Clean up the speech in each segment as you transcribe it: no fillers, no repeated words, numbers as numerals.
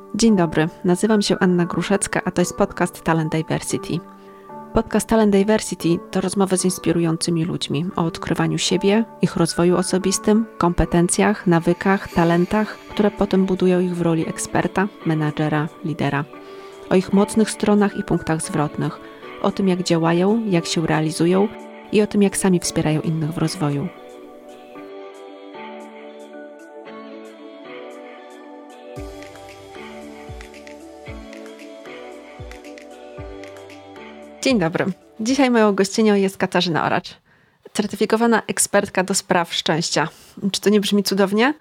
Dzień dobry, nazywam się Anna Gruszecka, a to jest podcast Talent Diversity. Podcast Talent Diversity to rozmowy z inspirującymi ludźmi o odkrywaniu siebie, ich rozwoju osobistym, kompetencjach, nawykach, talentach, które potem budują ich w roli eksperta, menadżera, lidera. O ich mocnych stronach i punktach zwrotnych, o tym jak działają, jak się realizują i o tym jak sami wspierają innych w rozwoju. Dzień dobry. Dzisiaj moją gościnią jest Katarzyna Oracz, certyfikowana ekspertka do spraw szczęścia. Czy to nie brzmi cudownie?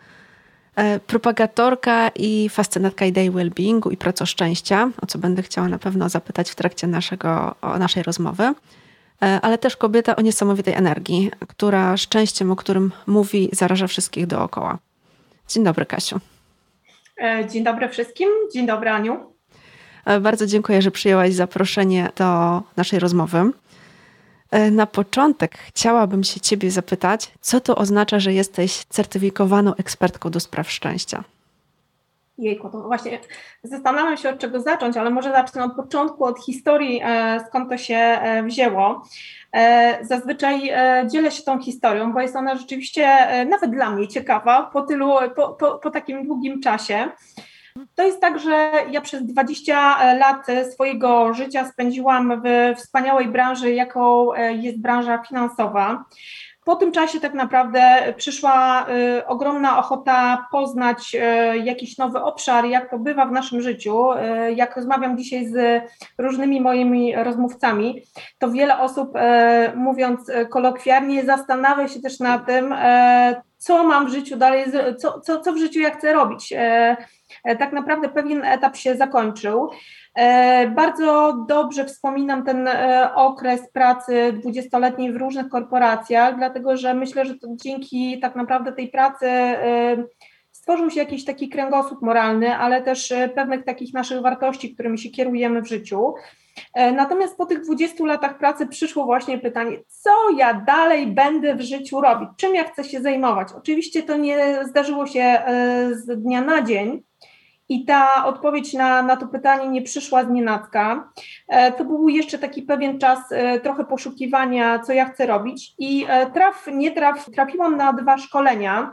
Propagatorka i fascynatka idei well-beingu i proco szczęścia, o co będę chciała na pewno zapytać w trakcie naszej rozmowy, ale też kobieta o niesamowitej energii, która szczęściem, o którym mówi, zaraża wszystkich dookoła. Dzień dobry, Kasiu. Dzień dobry wszystkim. Dzień dobry, Aniu. Bardzo dziękuję, że przyjęłaś zaproszenie do naszej rozmowy. Na początek chciałabym się Ciebie zapytać, co to oznacza, że jesteś certyfikowaną ekspertką do spraw szczęścia? Jejku, to właśnie zastanawiam się, od czego zacząć, ale może zacznę od początku, od historii, skąd to się wzięło. Zazwyczaj dzielę się tą historią, bo jest ona rzeczywiście nawet dla mnie ciekawa po takim długim czasie. To jest tak, że ja przez 20 lat swojego życia spędziłam w wspaniałej branży, jaką jest branża finansowa. Po tym czasie tak naprawdę przyszła ogromna ochota poznać jakiś nowy obszar, jak to bywa w naszym życiu. Jak rozmawiam dzisiaj z różnymi moimi rozmówcami, to wiele osób, mówiąc kolokwialnie, zastanawia się też na tym, co mam w życiu dalej, co w życiu ja chcę robić. Tak naprawdę pewien etap się zakończył. Bardzo dobrze wspominam ten okres pracy 20-letniej w różnych korporacjach, dlatego że myślę, że to dzięki tak naprawdę tej pracy stworzył się jakiś taki kręgosłup moralny, ale też pewnych takich naszych wartości, którymi się kierujemy w życiu. Natomiast po tych 20 latach pracy przyszło właśnie pytanie, co ja dalej będę w życiu robić, czym ja chcę się zajmować. Oczywiście to nie zdarzyło się z dnia na dzień i ta odpowiedź na to pytanie nie przyszła znienacka. To był jeszcze taki pewien czas trochę poszukiwania, co ja chcę robić i trafiłam na 2 szkolenia,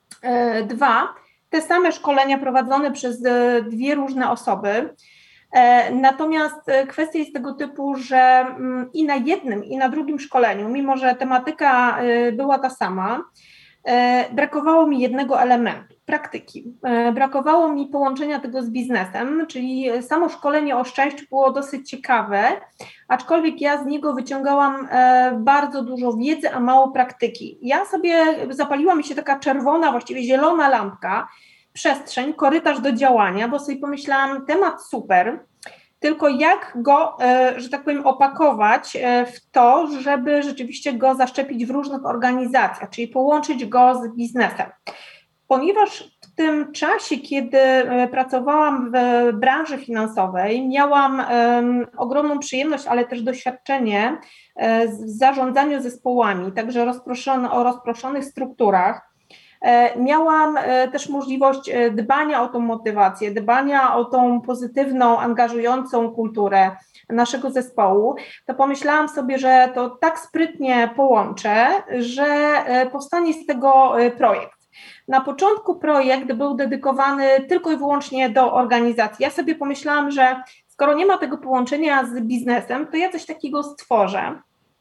te same szkolenia prowadzone przez 2 różne osoby. Natomiast kwestia jest tego typu, że i na jednym, i na drugim szkoleniu, mimo że tematyka była ta sama, brakowało mi jednego elementu, praktyki. Brakowało mi połączenia tego z biznesem, czyli samo szkolenie o szczęściu było dosyć ciekawe, aczkolwiek ja z niego wyciągałam bardzo dużo wiedzy, a mało praktyki. Ja sobie zapaliła mi się taka czerwona, właściwie zielona lampka, przestrzeń, korytarz do działania, bo sobie pomyślałam, temat super, tylko jak go, że tak powiem, opakować w to, żeby rzeczywiście go zaszczepić w różnych organizacjach, czyli połączyć go z biznesem. Ponieważ w tym czasie, kiedy pracowałam w branży finansowej, miałam ogromną przyjemność, ale też doświadczenie w zarządzaniu zespołami, także o rozproszonych strukturach. Miałam też możliwość dbania o tą motywację, dbania o tą pozytywną, angażującą kulturę naszego zespołu, to pomyślałam sobie, że to tak sprytnie połączę, że powstanie z tego projekt. Na początku projekt był dedykowany tylko i wyłącznie do organizacji. Ja sobie pomyślałam, że skoro nie ma tego połączenia z biznesem, to ja coś takiego stworzę.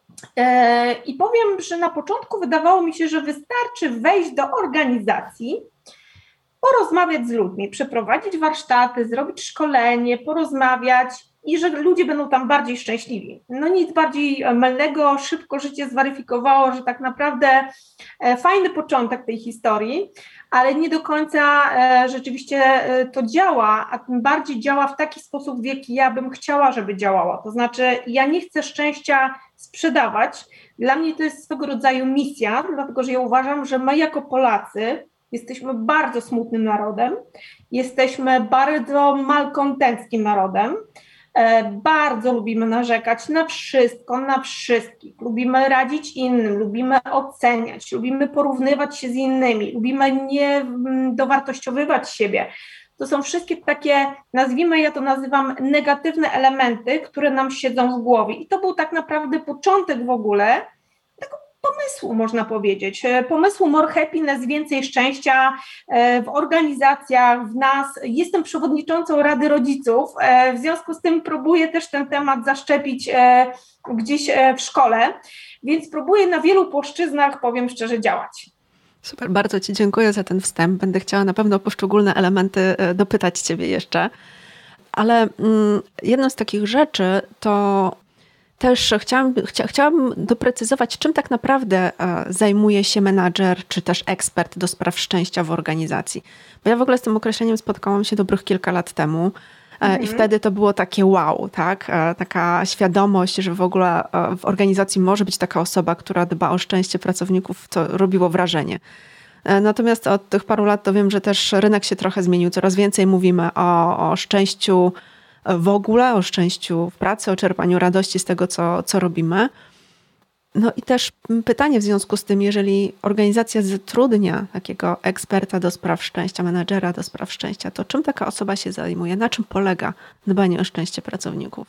I powiem, że na początku wydawało mi się, że wystarczy wejść do organizacji, porozmawiać z ludźmi, przeprowadzić warsztaty, zrobić szkolenie, porozmawiać i że ludzie będą tam bardziej szczęśliwi. No nic bardziej mylnego, szybko życie zweryfikowało, że tak naprawdę fajny początek tej historii, ale nie do końca rzeczywiście to działa, a tym bardziej działa w taki sposób, w jaki ja bym chciała, żeby działało. To znaczy ja nie chcę szczęścia sprzedawać. Dla mnie to jest swego rodzaju misja, dlatego że ja uważam, że my jako Polacy jesteśmy bardzo smutnym narodem, jesteśmy bardzo malkontenckim narodem, bardzo lubimy narzekać na wszystko, na wszystkich, lubimy radzić innym, lubimy oceniać, lubimy porównywać się z innymi, lubimy nie dowartościowywać siebie. to są wszystkie takie, ja to nazywam negatywne elementy, które nam siedzą w głowie. I to był tak naprawdę początek w ogóle tego pomysłu, można powiedzieć. Pomysłu More Happiness, więcej szczęścia w organizacjach, w nas. Jestem przewodniczącą Rady Rodziców, w związku z tym próbuję też ten temat zaszczepić gdzieś w szkole, więc próbuję na wielu płaszczyznach, powiem szczerze, działać. Super, bardzo Ci dziękuję za ten wstęp. Będę chciała na pewno o poszczególne elementy dopytać Ciebie jeszcze. Ale jedną z takich rzeczy to też chciałam doprecyzować, czym tak naprawdę zajmuje się menadżer czy też ekspert do spraw szczęścia w organizacji. Bo ja w ogóle z tym określeniem spotkałam się dobrych kilka lat temu. I wtedy to było takie wow, tak? Taka świadomość, że w ogóle w organizacji może być taka osoba, która dba o szczęście pracowników, to robiło wrażenie. Natomiast od tych paru lat to wiem, że też rynek się trochę zmienił. Coraz więcej mówimy o szczęściu w ogóle, o szczęściu w pracy, o czerpaniu radości z tego, co robimy. No i też pytanie w związku z tym, jeżeli organizacja zatrudnia takiego eksperta do spraw szczęścia, menadżera do spraw szczęścia, to czym taka osoba się zajmuje? Na czym polega dbanie o szczęście pracowników?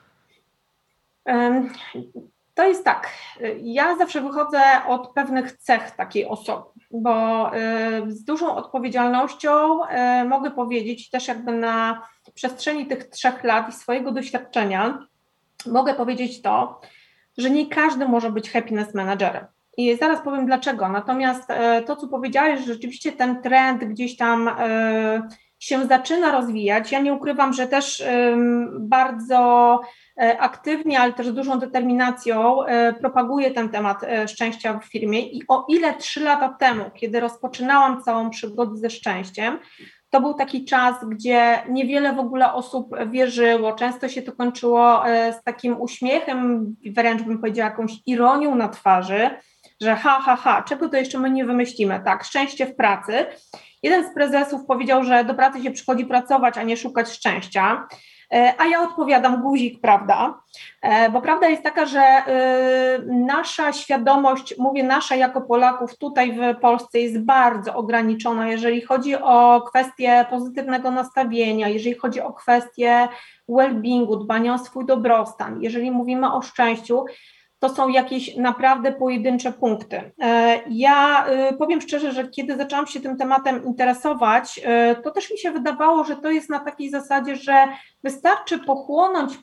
To jest tak, ja zawsze wychodzę od pewnych cech takiej osoby, bo z dużą odpowiedzialnością mogę powiedzieć, też jakby na przestrzeni tych 3 lat i swojego doświadczenia mogę powiedzieć to, że nie każdy może być happiness managerem. I zaraz powiem dlaczego. Natomiast to, co powiedziałeś, że rzeczywiście ten trend gdzieś tam się zaczyna rozwijać. Ja nie ukrywam, że też bardzo aktywnie, ale też z dużą determinacją propaguję ten temat szczęścia w firmie i o ile 3 lata temu, kiedy rozpoczynałam całą przygodę ze szczęściem, to był taki czas, gdzie niewiele w ogóle osób wierzyło, często się to kończyło z takim uśmiechem, wręcz bym powiedziała jakąś ironią na twarzy, że czego to jeszcze my nie wymyślimy, tak, szczęście w pracy. Jeden z prezesów powiedział, że do pracy się przychodzi pracować, a nie szukać szczęścia, a ja odpowiadam guzik, prawda, bo prawda jest taka, że nasza świadomość, mówię nasza jako Polaków tutaj w Polsce jest bardzo ograniczona, jeżeli chodzi o kwestię pozytywnego nastawienia, jeżeli chodzi o kwestię well-beingu, dbania o swój dobrostan, jeżeli mówimy o szczęściu, to są jakieś naprawdę pojedyncze punkty. Ja powiem szczerze, że kiedy zaczęłam się tym tematem interesować, to też mi się wydawało, że to jest na takiej zasadzie, że wystarczy pochłonąć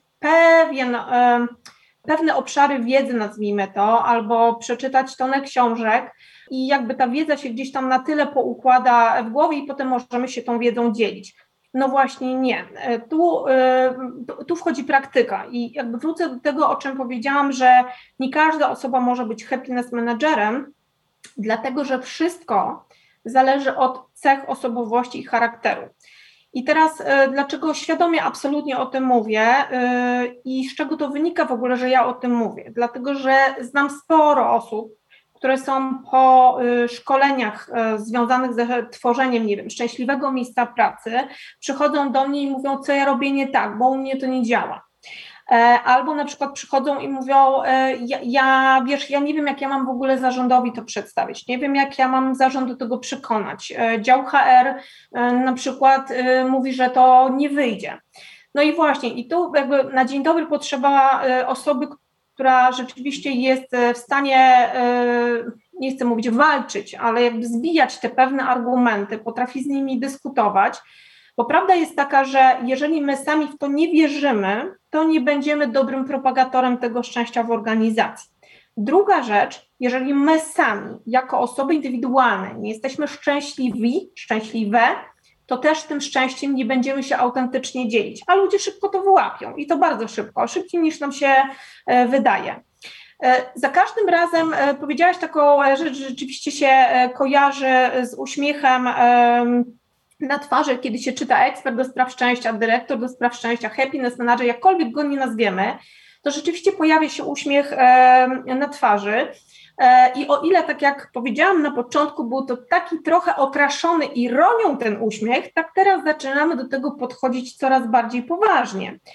pewne obszary wiedzy, nazwijmy to, albo przeczytać tonę książek i jakby ta wiedza się gdzieś tam na tyle poukłada w głowie i potem możemy się tą wiedzą dzielić. No właśnie nie. Tu wchodzi praktyka i jakby wrócę do tego, o czym powiedziałam, że nie każda osoba może być happiness managerem, dlatego że wszystko zależy od cech osobowości i charakteru. I teraz dlaczego świadomie absolutnie o tym mówię i z czego to wynika w ogóle, że ja o tym mówię? Dlatego, że znam sporo osób, które są po szkoleniach związanych ze tworzeniem, nie wiem, szczęśliwego miejsca pracy, przychodzą do mnie i mówią, co ja robię nie tak, bo u mnie to nie działa. Albo na przykład przychodzą i mówią, ja nie wiem, jak ja mam w ogóle zarządowi to przedstawić, nie wiem, jak ja mam zarząd do tego przekonać. Dział HR na przykład mówi, że to nie wyjdzie. No i właśnie, i tu jakby na dzień dobry potrzeba osoby, która rzeczywiście jest w stanie, nie chcę mówić walczyć, ale jakby zbijać te pewne argumenty, potrafi z nimi dyskutować, bo prawda jest taka, że jeżeli my sami w to nie wierzymy, to nie będziemy dobrym propagatorem tego szczęścia w organizacji. Druga rzecz, jeżeli my sami jako osoby indywidualne nie jesteśmy szczęśliwe, to też tym szczęściem nie będziemy się autentycznie dzielić, a ludzie szybko to wyłapią i to bardzo szybko, szybciej niż nam się wydaje. Za każdym razem powiedziałaś taką rzecz, że rzeczywiście się kojarzy z uśmiechem na twarzy, kiedy się czyta ekspert do spraw szczęścia, dyrektor do spraw szczęścia, happiness manager, jakkolwiek go nie nazwiemy, to rzeczywiście pojawia się uśmiech na twarzy. I o ile, tak jak powiedziałam na początku, był to taki trochę okraszony ironią ten uśmiech, tak teraz zaczynamy do tego podchodzić coraz bardziej poważnie.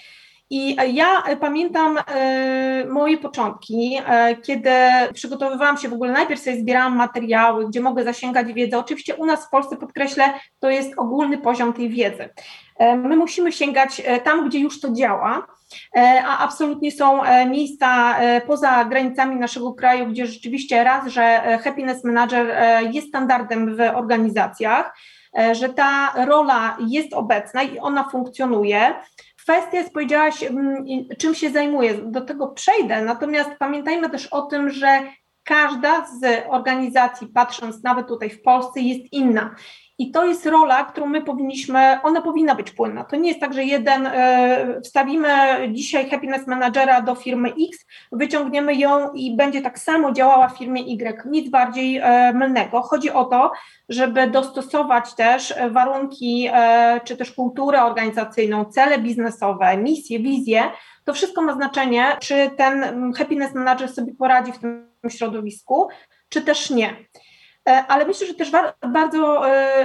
I ja pamiętam moje początki, kiedy przygotowywałam się w ogóle, najpierw sobie zbierałam materiały, gdzie mogę zasięgać wiedzę. Oczywiście u nas w Polsce, podkreślę, to jest ogólny poziom tej wiedzy. My musimy sięgać tam, gdzie już to działa, a absolutnie są miejsca poza granicami naszego kraju, gdzie rzeczywiście raz, że Happiness Manager jest standardem w organizacjach, że ta rola jest obecna i ona funkcjonuje. Kwestia jest, powiedziałaś, czym się zajmuję, do tego przejdę, natomiast pamiętajmy też o tym, że każda z organizacji, patrząc nawet tutaj w Polsce, jest inna. I to jest rola, którą my ona powinna być płynna. To nie jest tak, że wstawimy dzisiaj Happiness Managera do firmy X, wyciągniemy ją i będzie tak samo działała w firmie Y. Nic bardziej mylnego. Chodzi o to, żeby dostosować też warunki, czy też kulturę organizacyjną, cele biznesowe, misje, wizje. To wszystko ma znaczenie, czy ten Happiness Manager sobie poradzi w tym środowisku, czy też nie. Ale myślę, że też bardzo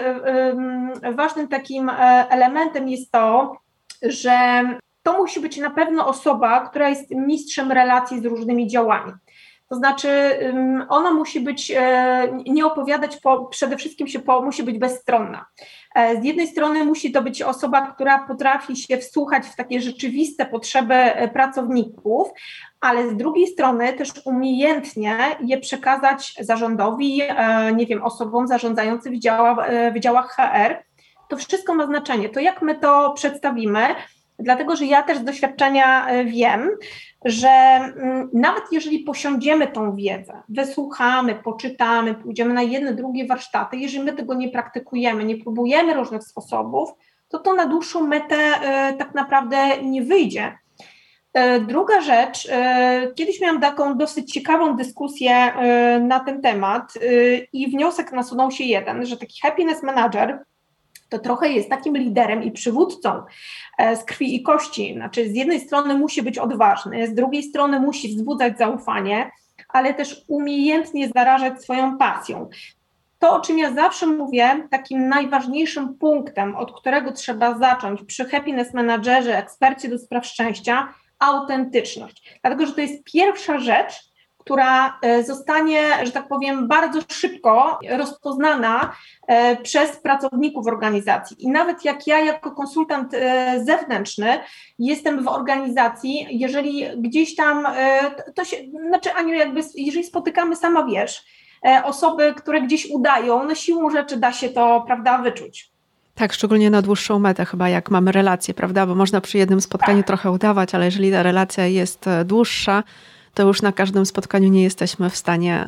ważnym takim elementem jest to, że to musi być na pewno osoba, która jest mistrzem relacji z różnymi działami. To znaczy ona musi być, nie opowiadać, przede wszystkim musi być bezstronna. Z jednej strony musi to być osoba, która potrafi się wsłuchać w takie rzeczywiste potrzeby pracowników, ale z drugiej strony też umiejętnie je przekazać zarządowi, nie wiem, osobom zarządzającym w działach HR. To wszystko ma znaczenie. To jak my to przedstawimy, dlatego że ja też z doświadczenia wiem, że nawet jeżeli posiądziemy tą wiedzę, wysłuchamy, poczytamy, pójdziemy na jedne, drugie warsztaty, jeżeli my tego nie praktykujemy, nie próbujemy różnych sposobów, to na dłuższą metę tak naprawdę nie wyjdzie. Druga rzecz, kiedyś miałam taką dosyć ciekawą dyskusję na ten temat i wniosek nasunął się jeden, że taki happiness manager to trochę jest takim liderem i przywódcą z krwi i kości. Znaczy z jednej strony musi być odważny, z drugiej strony musi wzbudzać zaufanie, ale też umiejętnie zarażać swoją pasją. To, o czym ja zawsze mówię, takim najważniejszym punktem, od którego trzeba zacząć przy happiness managerze, ekspercie do spraw szczęścia, autentyczność. Dlatego, że to jest pierwsza rzecz, która zostanie, że tak powiem, bardzo szybko rozpoznana przez pracowników organizacji. I nawet jak ja jako konsultant zewnętrzny jestem w organizacji, jeżeli gdzieś tam, to się, znaczy Aniu, jeżeli spotykamy, sama wiesz, osoby, które gdzieś udają, no siłą rzeczy da się to, prawda, wyczuć. Tak, szczególnie na dłuższą metę chyba, jak mamy relację, prawda, bo można przy jednym spotkaniu trochę udawać, ale jeżeli ta relacja jest dłuższa, to już na każdym spotkaniu nie jesteśmy w stanie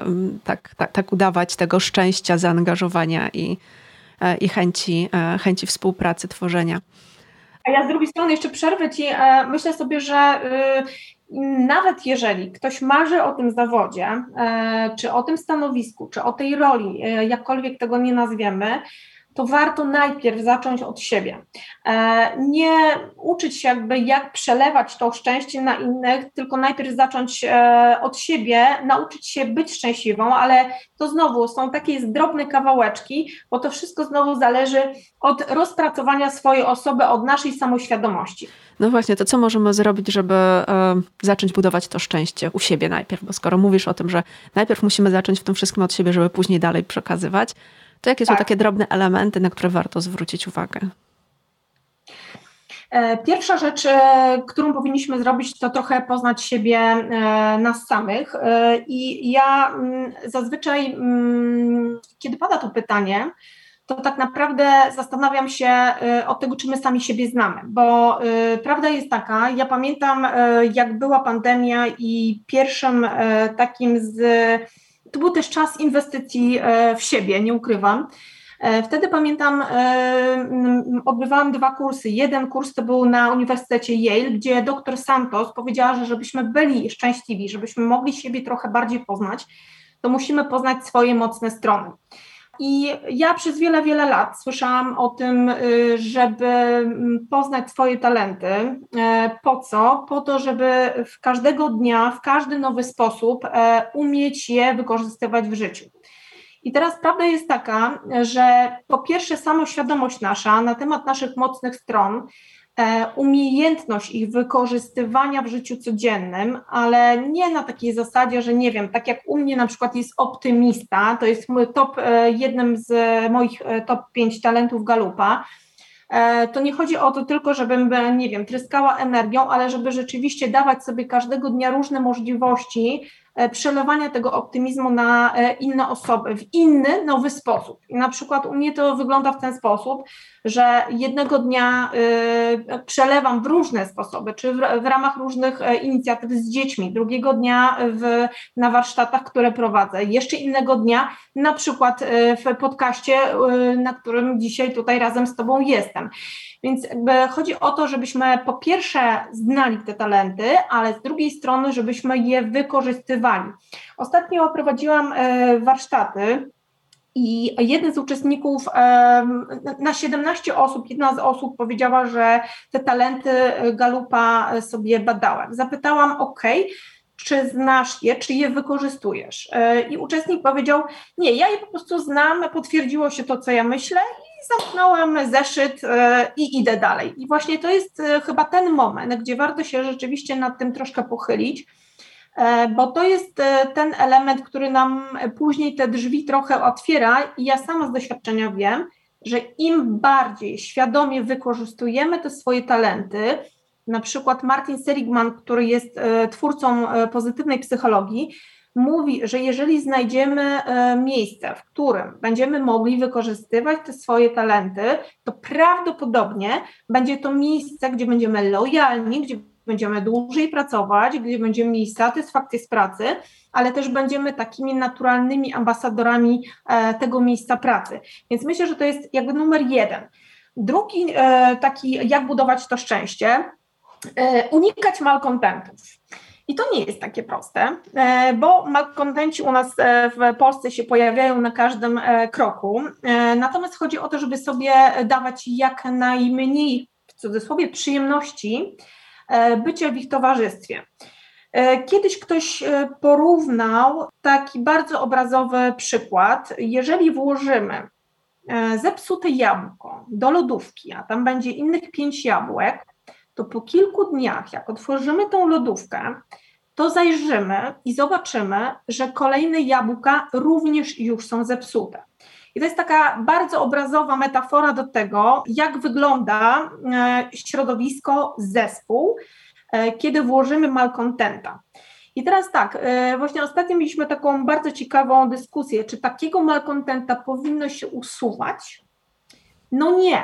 tak udawać tego szczęścia, zaangażowania i chęci współpracy, tworzenia. A ja z drugiej strony jeszcze przerwę Ci, myślę sobie, że nawet jeżeli ktoś marzy o tym zawodzie, czy o tym stanowisku, czy o tej roli, jakkolwiek tego nie nazwiemy, to warto najpierw zacząć od siebie. Nie uczyć się jak przelewać to szczęście na innych, tylko najpierw zacząć od siebie, nauczyć się być szczęśliwą, ale to znowu są takie drobne kawałeczki, bo to wszystko znowu zależy od rozpracowania swojej osoby, od naszej samoświadomości. No właśnie, to co możemy zrobić, żeby zacząć budować to szczęście u siebie najpierw? Bo skoro mówisz o tym, że najpierw musimy zacząć w tym wszystkim od siebie, żeby później dalej przekazywać, to jakie są takie drobne elementy, na które warto zwrócić uwagę? Pierwsza rzecz, którą powinniśmy zrobić, to trochę poznać siebie, nas samych. I ja zazwyczaj, kiedy pada to pytanie, to tak naprawdę zastanawiam się od tego, czy my sami siebie znamy, bo prawda jest taka, ja pamiętam, jak była pandemia i pierwszym takim to był też czas inwestycji w siebie, nie ukrywam. Wtedy pamiętam, odbywałam 2 kursy. Jeden kurs to był na Uniwersytecie Yale, gdzie dr Santos powiedziała, że żebyśmy byli szczęśliwi, żebyśmy mogli siebie trochę bardziej poznać, to musimy poznać swoje mocne strony. I ja przez wiele, wiele lat słyszałam o tym, żeby poznać swoje talenty. Po co? Po to, żeby każdego dnia, w każdy nowy sposób umieć je wykorzystywać w życiu. I teraz prawda jest taka, że po pierwsze samoświadomość nasza na temat naszych mocnych stron umiejętność ich wykorzystywania w życiu codziennym, ale nie na takiej zasadzie, że nie wiem, tak jak u mnie na przykład jest optymista, to jest mój jednym z moich top 5 talentów Galupa, to nie chodzi o to tylko, żebym, nie wiem, tryskała energią, ale żeby rzeczywiście dawać sobie każdego dnia różne możliwości przelewania tego optymizmu na inne osoby w inny, nowy sposób. I na przykład u mnie to wygląda w ten sposób, że jednego dnia przelewam w różne sposoby, czy w ramach różnych inicjatyw z dziećmi, drugiego dnia na warsztatach, które prowadzę, jeszcze innego dnia na przykład w podcaście, na którym dzisiaj tutaj razem z Tobą jestem. Więc chodzi o to, żebyśmy po pierwsze znali te talenty, ale z drugiej strony, żebyśmy je wykorzystywali. Ostatnio prowadziłam warsztaty i jeden z uczestników, na 17 osób, jedna z osób powiedziała, że te talenty Galupa sobie badała. Zapytałam, czy znasz je, czy je wykorzystujesz? I uczestnik powiedział, nie, ja je po prostu znam, potwierdziło się to, co ja myślę i zamknąłem zeszyt i idę dalej. I właśnie to jest chyba ten moment, gdzie warto się rzeczywiście nad tym troszkę pochylić, bo to jest ten element, który nam później te drzwi trochę otwiera i ja sama z doświadczenia wiem, że im bardziej świadomie wykorzystujemy te swoje talenty, na przykład Martin Seligman, który jest twórcą pozytywnej psychologii, mówi, że jeżeli znajdziemy miejsce, w którym będziemy mogli wykorzystywać te swoje talenty, to prawdopodobnie będzie to miejsce, gdzie będziemy lojalni, gdzie będziemy dłużej pracować, gdzie będziemy mieli satysfakcję z pracy, ale też będziemy takimi naturalnymi ambasadorami tego miejsca pracy. Więc myślę, że to jest jakby numer jeden. Drugi taki, jak budować to szczęście, unikać malkontentów. I to nie jest takie proste, bo malkontenci u nas w Polsce się pojawiają na każdym kroku, natomiast chodzi o to, żeby sobie dawać jak najmniej, w cudzysłowie, przyjemności bycia w ich towarzystwie. Kiedyś ktoś porównał taki bardzo obrazowy przykład, jeżeli włożymy zepsute jabłko do lodówki, a tam będzie innych 5 jabłek, to po kilku dniach, jak otworzymy tą lodówkę, to zajrzymy i zobaczymy, że kolejne jabłka również już są zepsute. I to jest taka bardzo obrazowa metafora do tego, jak wygląda środowisko, zespół, kiedy włożymy malkontenta. I teraz tak, właśnie ostatnio mieliśmy taką bardzo ciekawą dyskusję, czy takiego malkontenta powinno się usuwać? No nie,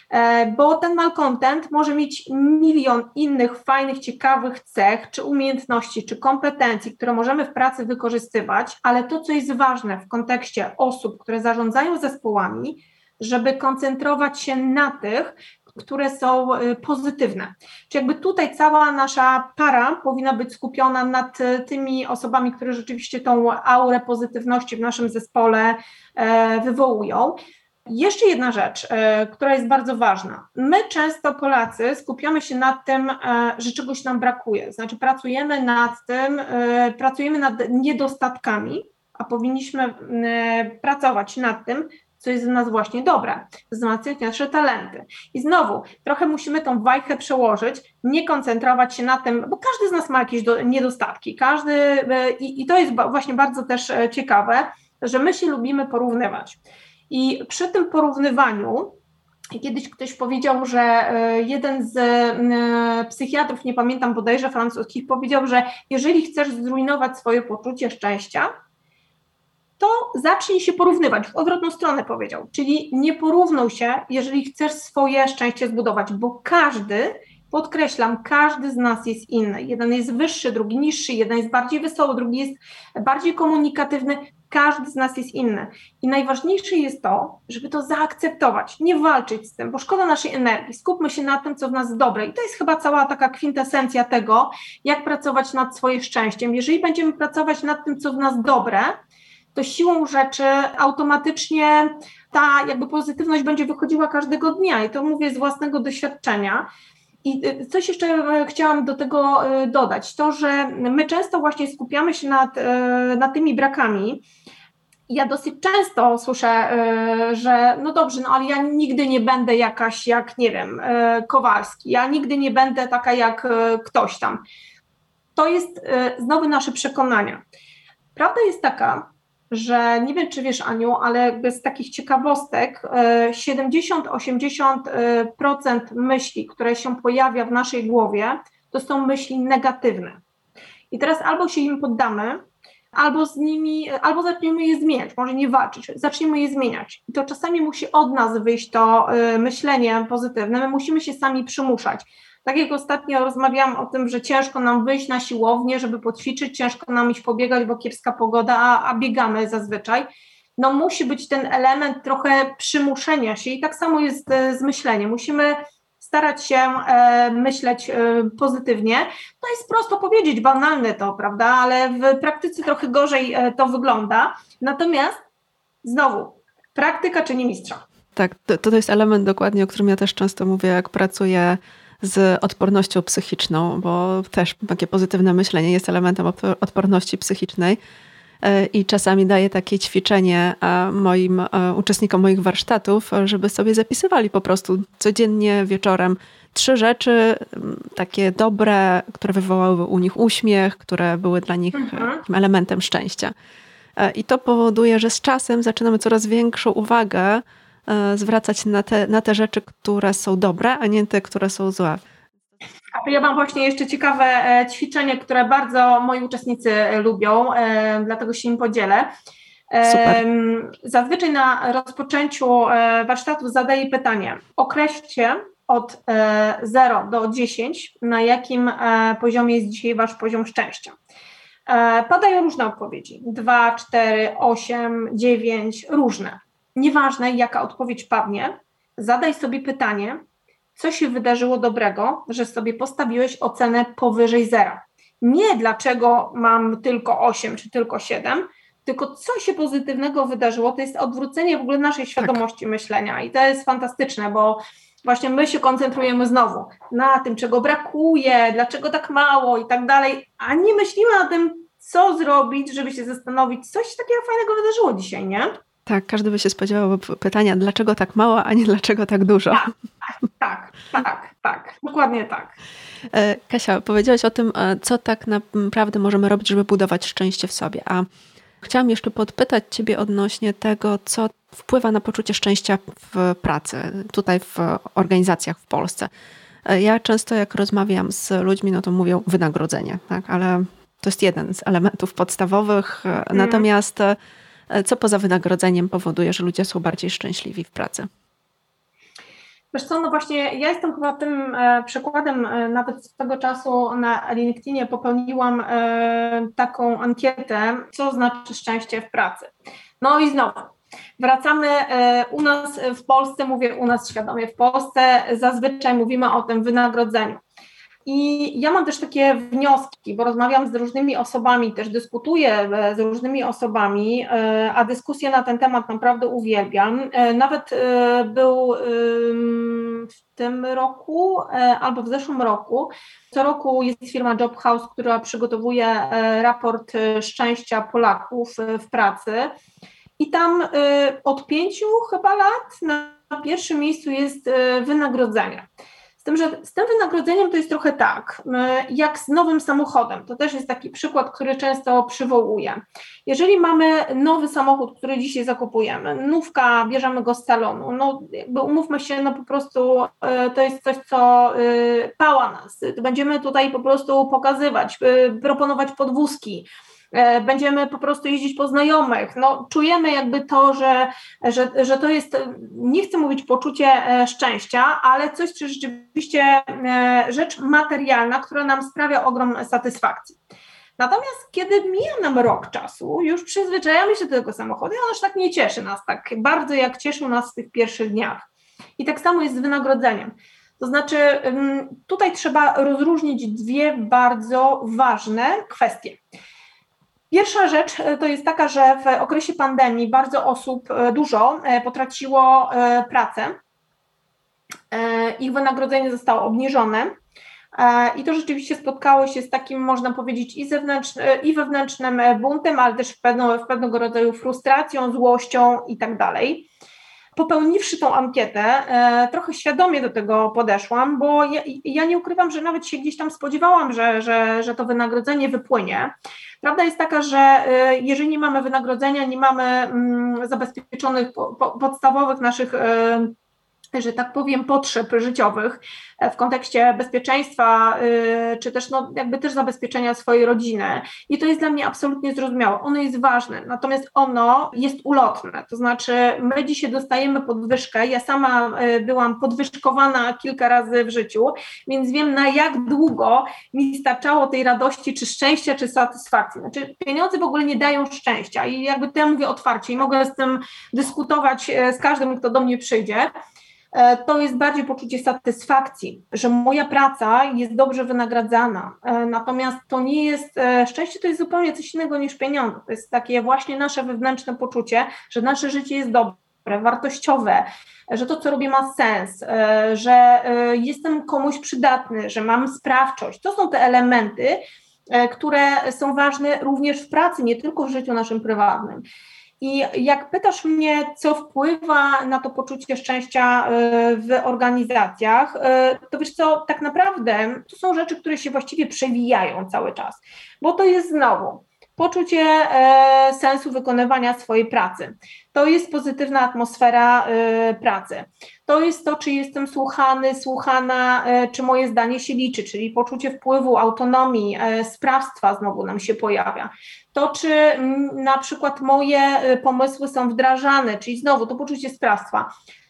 bo ten malcontent może mieć milion innych fajnych, ciekawych cech, czy umiejętności, czy kompetencji, które możemy w pracy wykorzystywać, ale to, co jest ważne w kontekście osób, które zarządzają zespołami, żeby koncentrować się na tych, które są pozytywne. Czyli jakby tutaj cała nasza para powinna być skupiona nad tymi osobami, które rzeczywiście tą aurę pozytywności w naszym zespole wywołują. Jeszcze jedna rzecz, która jest bardzo ważna. My często, Polacy, skupiamy się nad tym, że czegoś nam brakuje. Znaczy pracujemy nad niedostatkami, a powinniśmy pracować nad tym, co jest w nas właśnie dobre, wzmacniać nasze talenty. I znowu, trochę musimy tą wajchę przełożyć, nie koncentrować się na tym, bo każdy z nas ma jakieś niedostatki, i to jest właśnie bardzo też ciekawe, że my się lubimy porównywać. I przy tym porównywaniu, kiedyś ktoś powiedział, że jeden z psychiatrów, nie pamiętam, bodajże francuskich, powiedział, że jeżeli chcesz zrujnować swoje poczucie szczęścia, to zacznij się porównywać, w odwrotną stronę powiedział, czyli nie porównuj się, jeżeli chcesz swoje szczęście zbudować, bo podkreślam, każdy z nas jest inny. Jeden jest wyższy, drugi niższy, jeden jest bardziej wesoły, drugi jest bardziej komunikatywny. Każdy z nas jest inny. I najważniejsze jest to, żeby to zaakceptować, nie walczyć z tym, bo szkoda naszej energii. Skupmy się na tym, co w nas dobre. I to jest chyba cała taka kwintesencja tego, jak pracować nad swoim szczęściem. Jeżeli będziemy pracować nad tym, co w nas dobre, to siłą rzeczy automatycznie ta jakby pozytywność będzie wychodziła każdego dnia. I to mówię z własnego doświadczenia. I coś jeszcze chciałam do tego dodać, to, że my często właśnie skupiamy się nad tymi brakami ja dosyć często słyszę, że no dobrze, no ale ja nigdy nie będę jakaś jak, nie wiem, Kowalski, ja nigdy nie będę taka jak ktoś tam. To jest znowu nasze przekonania. Prawda jest taka, że nie wiem, czy wiesz, Aniu, ale bez takich ciekawostek 70-80% myśli, które się pojawia w naszej głowie, to są myśli negatywne. I teraz albo się im poddamy, albo zaczniemy je zmieniać, może nie walczyć, zaczniemy je zmieniać. I to czasami musi od nas wyjść to myślenie pozytywne, my musimy się sami przymuszać. Tak jak ostatnio rozmawiałam o tym, że ciężko nam wyjść na siłownię, żeby poćwiczyć, ciężko nam iść pobiegać, bo kiepska pogoda, a biegamy zazwyczaj. No musi być ten element trochę przymuszenia się i tak samo jest z myśleniem. Musimy starać się myśleć pozytywnie. To jest prosto powiedzieć, banalne to, prawda, ale w praktyce trochę gorzej to wygląda. Natomiast znowu, praktyka czyni mistrza. Tak, to jest element dokładnie, o którym ja też często mówię, jak pracuję z odpornością psychiczną, bo też takie pozytywne myślenie jest elementem odporności psychicznej i czasami daję takie ćwiczenie moim uczestnikom moich warsztatów, żeby sobie zapisywali po prostu codziennie wieczorem 3 rzeczy takie dobre, które wywołały u nich uśmiech, które były dla nich takim elementem szczęścia. I to powoduje, że z czasem zaczynamy coraz większą uwagę zwracać na te rzeczy, które są dobre, a nie te, które są złe. A ja mam właśnie jeszcze ciekawe ćwiczenie, które bardzo moi uczestnicy lubią, dlatego się im podzielę. Super. Zazwyczaj na rozpoczęciu warsztatów zadaję pytanie. Określcie od 0 do 10, na jakim poziomie jest dzisiaj wasz poziom szczęścia. Padają różne odpowiedzi. 2, 4, 8, 9, różne. Nieważne, jaka odpowiedź padnie, zadaj sobie pytanie, co się wydarzyło dobrego, że sobie postawiłeś ocenę powyżej 0. Nie dlaczego mam tylko 8 czy tylko 7, tylko co się pozytywnego wydarzyło, to jest odwrócenie w ogóle naszej świadomości myślenia i to jest fantastyczne, bo właśnie my się koncentrujemy znowu na tym, czego brakuje, dlaczego tak mało i tak dalej, a nie myślimy o tym, co zrobić, żeby się zastanowić, coś takiego fajnego wydarzyło dzisiaj, nie? Tak, każdy by się spodziewał pytania, dlaczego tak mało, a nie dlaczego tak dużo. Tak, dokładnie tak. Kasia, powiedziałaś o tym, co tak naprawdę możemy robić, żeby budować szczęście w sobie, a chciałam jeszcze podpytać Ciebie odnośnie tego, co wpływa na poczucie szczęścia w pracy, tutaj w organizacjach w Polsce. Ja często jak rozmawiam z ludźmi, no to mówią wynagrodzenie, tak? Ale to jest jeden z elementów podstawowych, natomiast co poza wynagrodzeniem powoduje, że ludzie są bardziej szczęśliwi w pracy? Wiesz co, no właśnie ja jestem chyba tym przykładem, nawet z tego czasu na LinkedInie popełniłam taką ankietę, co znaczy szczęście w pracy. No i znowu, wracamy u nas w Polsce, mówię u nas świadomie w Polsce, zazwyczaj mówimy o tym wynagrodzeniu. I ja mam też takie wnioski, bo rozmawiam z różnymi osobami, też dyskutuję z różnymi osobami, a dyskusję na ten temat naprawdę uwielbiam. Nawet był w tym roku albo w zeszłym roku, co roku jest firma Job House, która przygotowuje raport szczęścia Polaków w pracy i tam od 5 chyba lat na pierwszym miejscu jest wynagrodzenie. Z tym, że z tym wynagrodzeniem to jest trochę tak, jak z nowym samochodem. To też jest taki przykład, który często przywołuję. Jeżeli mamy nowy samochód, który dzisiaj zakupujemy, nówka, bierzemy go z salonu, no jakby umówmy się, no po prostu to jest coś, co pała nas. Będziemy tutaj po prostu pokazywać, proponować podwózki, będziemy po prostu jeździć po znajomych, no czujemy jakby to, że to jest, nie chcę mówić poczucie szczęścia, ale coś, co rzeczywiście rzecz materialna, która nam sprawia ogrom satysfakcji. Natomiast kiedy mija nam rok czasu, już przyzwyczajamy się do tego samochodu i on już tak nie cieszy nas tak bardzo, jak cieszył nas w tych pierwszych dniach. I tak samo jest z wynagrodzeniem. To znaczy tutaj trzeba rozróżnić dwie bardzo ważne kwestie. Pierwsza rzecz to jest taka, że w okresie pandemii bardzo osób, dużo potraciło pracę, ich wynagrodzenie zostało obniżone I to rzeczywiście spotkało się z takim, można powiedzieć, i wewnętrznym buntem, ale też pewnego rodzaju frustracją, złością i tak dalej. Popełniwszy tą ankietę, trochę świadomie do tego podeszłam, bo ja nie ukrywam, że nawet się gdzieś tam spodziewałam, że to wynagrodzenie wypłynie. Prawda jest taka, że jeżeli nie mamy wynagrodzenia, nie mamy zabezpieczonych podstawowych naszych, że tak powiem, potrzeb życiowych w kontekście bezpieczeństwa, czy też jakby też zabezpieczenia swojej rodziny. I to jest dla mnie absolutnie zrozumiałe. Ono jest ważne, natomiast ono jest ulotne. To znaczy my dzisiaj dostajemy podwyżkę. Ja sama byłam podwyżkowana kilka razy w życiu, więc wiem, na jak długo mi starczało tej radości, czy szczęścia, czy satysfakcji. Znaczy pieniądze w ogóle nie dają szczęścia i jakby to ja mówię otwarcie i mogę z tym dyskutować z każdym, kto do mnie przyjdzie. To jest bardziej poczucie satysfakcji, że moja praca jest dobrze wynagradzana. Natomiast to nie jest, szczęście to jest zupełnie coś innego niż pieniądze. To jest takie właśnie nasze wewnętrzne poczucie, że nasze życie jest dobre, wartościowe, że to, co robię, ma sens, że jestem komuś przydatny, że mam sprawczość. To są te elementy, które są ważne również w pracy, nie tylko w życiu naszym prywatnym. I jak pytasz mnie, co wpływa na to poczucie szczęścia w organizacjach, to wiesz co, tak naprawdę to są rzeczy, które się właściwie przewijają cały czas, bo to jest znowu poczucie sensu wykonywania swojej pracy. To jest pozytywna atmosfera pracy. To jest to, czy jestem słuchany, słuchana, czy moje zdanie się liczy, czyli poczucie wpływu, autonomii, sprawstwa znowu nam się pojawia. To, czy na przykład moje pomysły są wdrażane, czyli znowu to poczucie sprawstwa.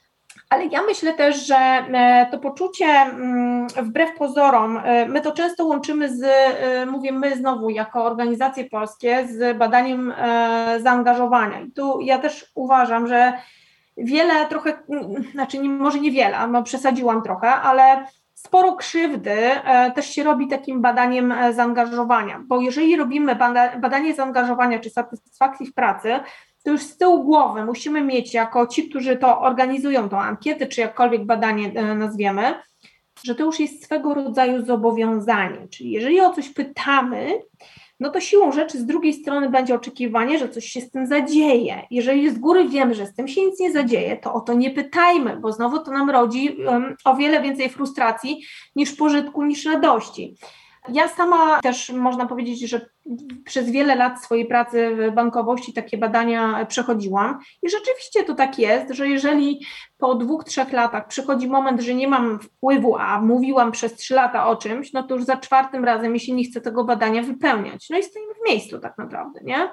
Ale ja myślę też, że to poczucie, wbrew pozorom, my to często łączymy mówię my znowu jako organizacje polskie, z badaniem zaangażowania. I tu ja też uważam, że wiele trochę, znaczy może niewiele, przesadziłam trochę, ale sporo krzywdy też się robi takim badaniem zaangażowania, bo jeżeli robimy badanie zaangażowania czy satysfakcji w pracy, to już z tyłu głowy musimy mieć jako ci, którzy to organizują, tą ankietę, czy jakkolwiek badanie nazwiemy, że to już jest swego rodzaju zobowiązanie, czyli jeżeli o coś pytamy, no to siłą rzeczy z drugiej strony będzie oczekiwanie, że coś się z tym zadzieje. Jeżeli z góry wiemy, że z tym się nic nie zadzieje, to o to nie pytajmy, bo znowu to nam rodzi o wiele więcej frustracji niż pożytku, niż radości. Ja sama też można powiedzieć, że przez wiele lat swojej pracy w bankowości takie badania przechodziłam i rzeczywiście to tak jest, że jeżeli po 2-3 latach przychodzi moment, że nie mam wpływu, a mówiłam przez 3 lata o czymś, no to już za 4. razem mi się nie chce tego badania wypełniać. No i stoimy w miejscu tak naprawdę, nie?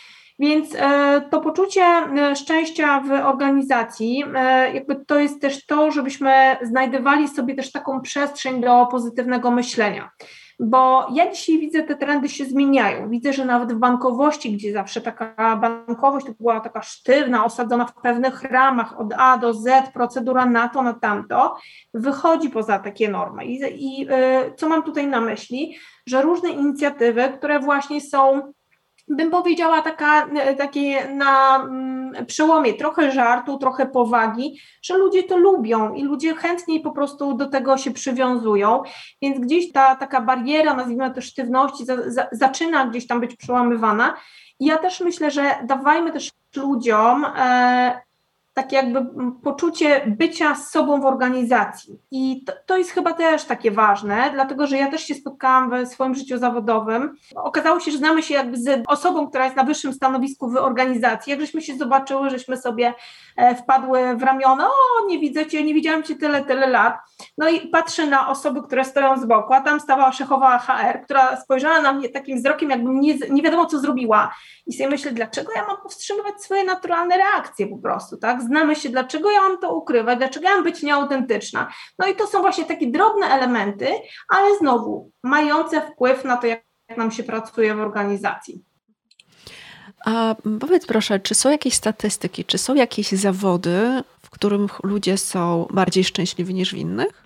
Więc to poczucie szczęścia w organizacji, jakby to jest też to, żebyśmy znajdowali sobie też taką przestrzeń do pozytywnego myślenia. Bo ja dzisiaj widzę, te trendy się zmieniają. Widzę, że nawet w bankowości, gdzie zawsze taka bankowość to była taka sztywna, osadzona w pewnych ramach od A do Z, procedura na to, na tamto, wychodzi poza takie normy. I co mam tutaj na myśli? Że różne inicjatywy, które właśnie są, bym powiedziała, takie na przełomie trochę żartu, trochę powagi, że ludzie to lubią i ludzie chętniej po prostu do tego się przywiązują, więc gdzieś ta taka bariera, nazwijmy to sztywności, zaczyna gdzieś tam być przełamywana. I ja też myślę, że dawajmy też ludziom takie jakby poczucie bycia z sobą w organizacji. I to jest chyba też takie ważne, dlatego że ja też się spotkałam w swoim życiu zawodowym. Okazało się, że znamy się jakby z osobą, która jest na wyższym stanowisku w organizacji. Jak żeśmy się zobaczyły, żeśmy sobie wpadły w ramiona, o nie widzę cię, nie widziałam cię tyle lat. No i patrzę na osoby, które stoją z boku, a tam stała szefowa HR, która spojrzała na mnie takim wzrokiem, jakbym nie wiadomo co zrobiła. I sobie myślę, dlaczego ja mam powstrzymywać swoje naturalne reakcje po prostu, tak? Znamy się, dlaczego ja mam to ukrywać, dlaczego ja mam być nieautentyczna. No i to są właśnie takie drobne elementy, ale znowu mające wpływ na to, jak nam się pracuje w organizacji. A powiedz proszę, czy są jakieś statystyki, czy są jakieś zawody, w których ludzie są bardziej szczęśliwi niż w innych?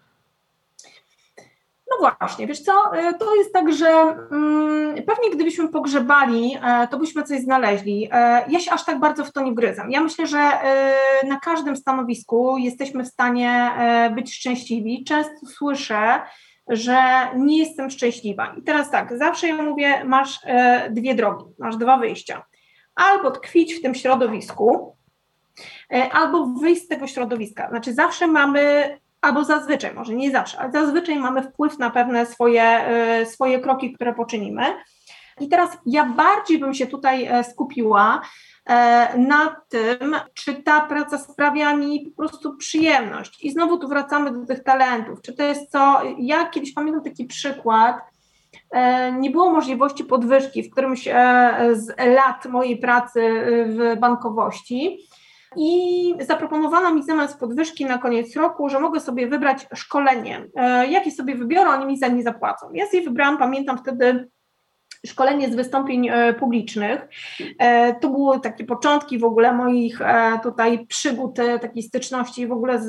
No właśnie, wiesz co, to jest tak, że pewnie gdybyśmy pogrzebali, to byśmy coś znaleźli. Ja się aż tak bardzo w to nie wgryzam. Ja myślę, że na każdym stanowisku jesteśmy w stanie być szczęśliwi. Często słyszę, że nie jestem szczęśliwa. I teraz tak, zawsze ja mówię, masz dwie drogi, masz dwa wyjścia. Albo tkwić w tym środowisku, albo wyjść z tego środowiska. Znaczy zawsze mamy, albo zazwyczaj, może nie zawsze, ale zazwyczaj mamy wpływ na pewne swoje kroki, które poczynimy. I teraz ja bardziej bym się tutaj skupiła na tym, czy ta praca sprawia mi po prostu przyjemność. I znowu tu wracamy do tych talentów. Czy to jest ja kiedyś pamiętam taki przykład, nie było możliwości podwyżki w którymś z lat mojej pracy w bankowości i zaproponowano mi zamiast podwyżki na koniec roku, że mogę sobie wybrać szkolenie, jakie sobie wybiorę, oni mi za nie zapłacą. Ja sobie wybrałam, pamiętam wtedy, szkolenie z wystąpień publicznych. To były takie początki w ogóle moich tutaj przygód, takiej styczności w ogóle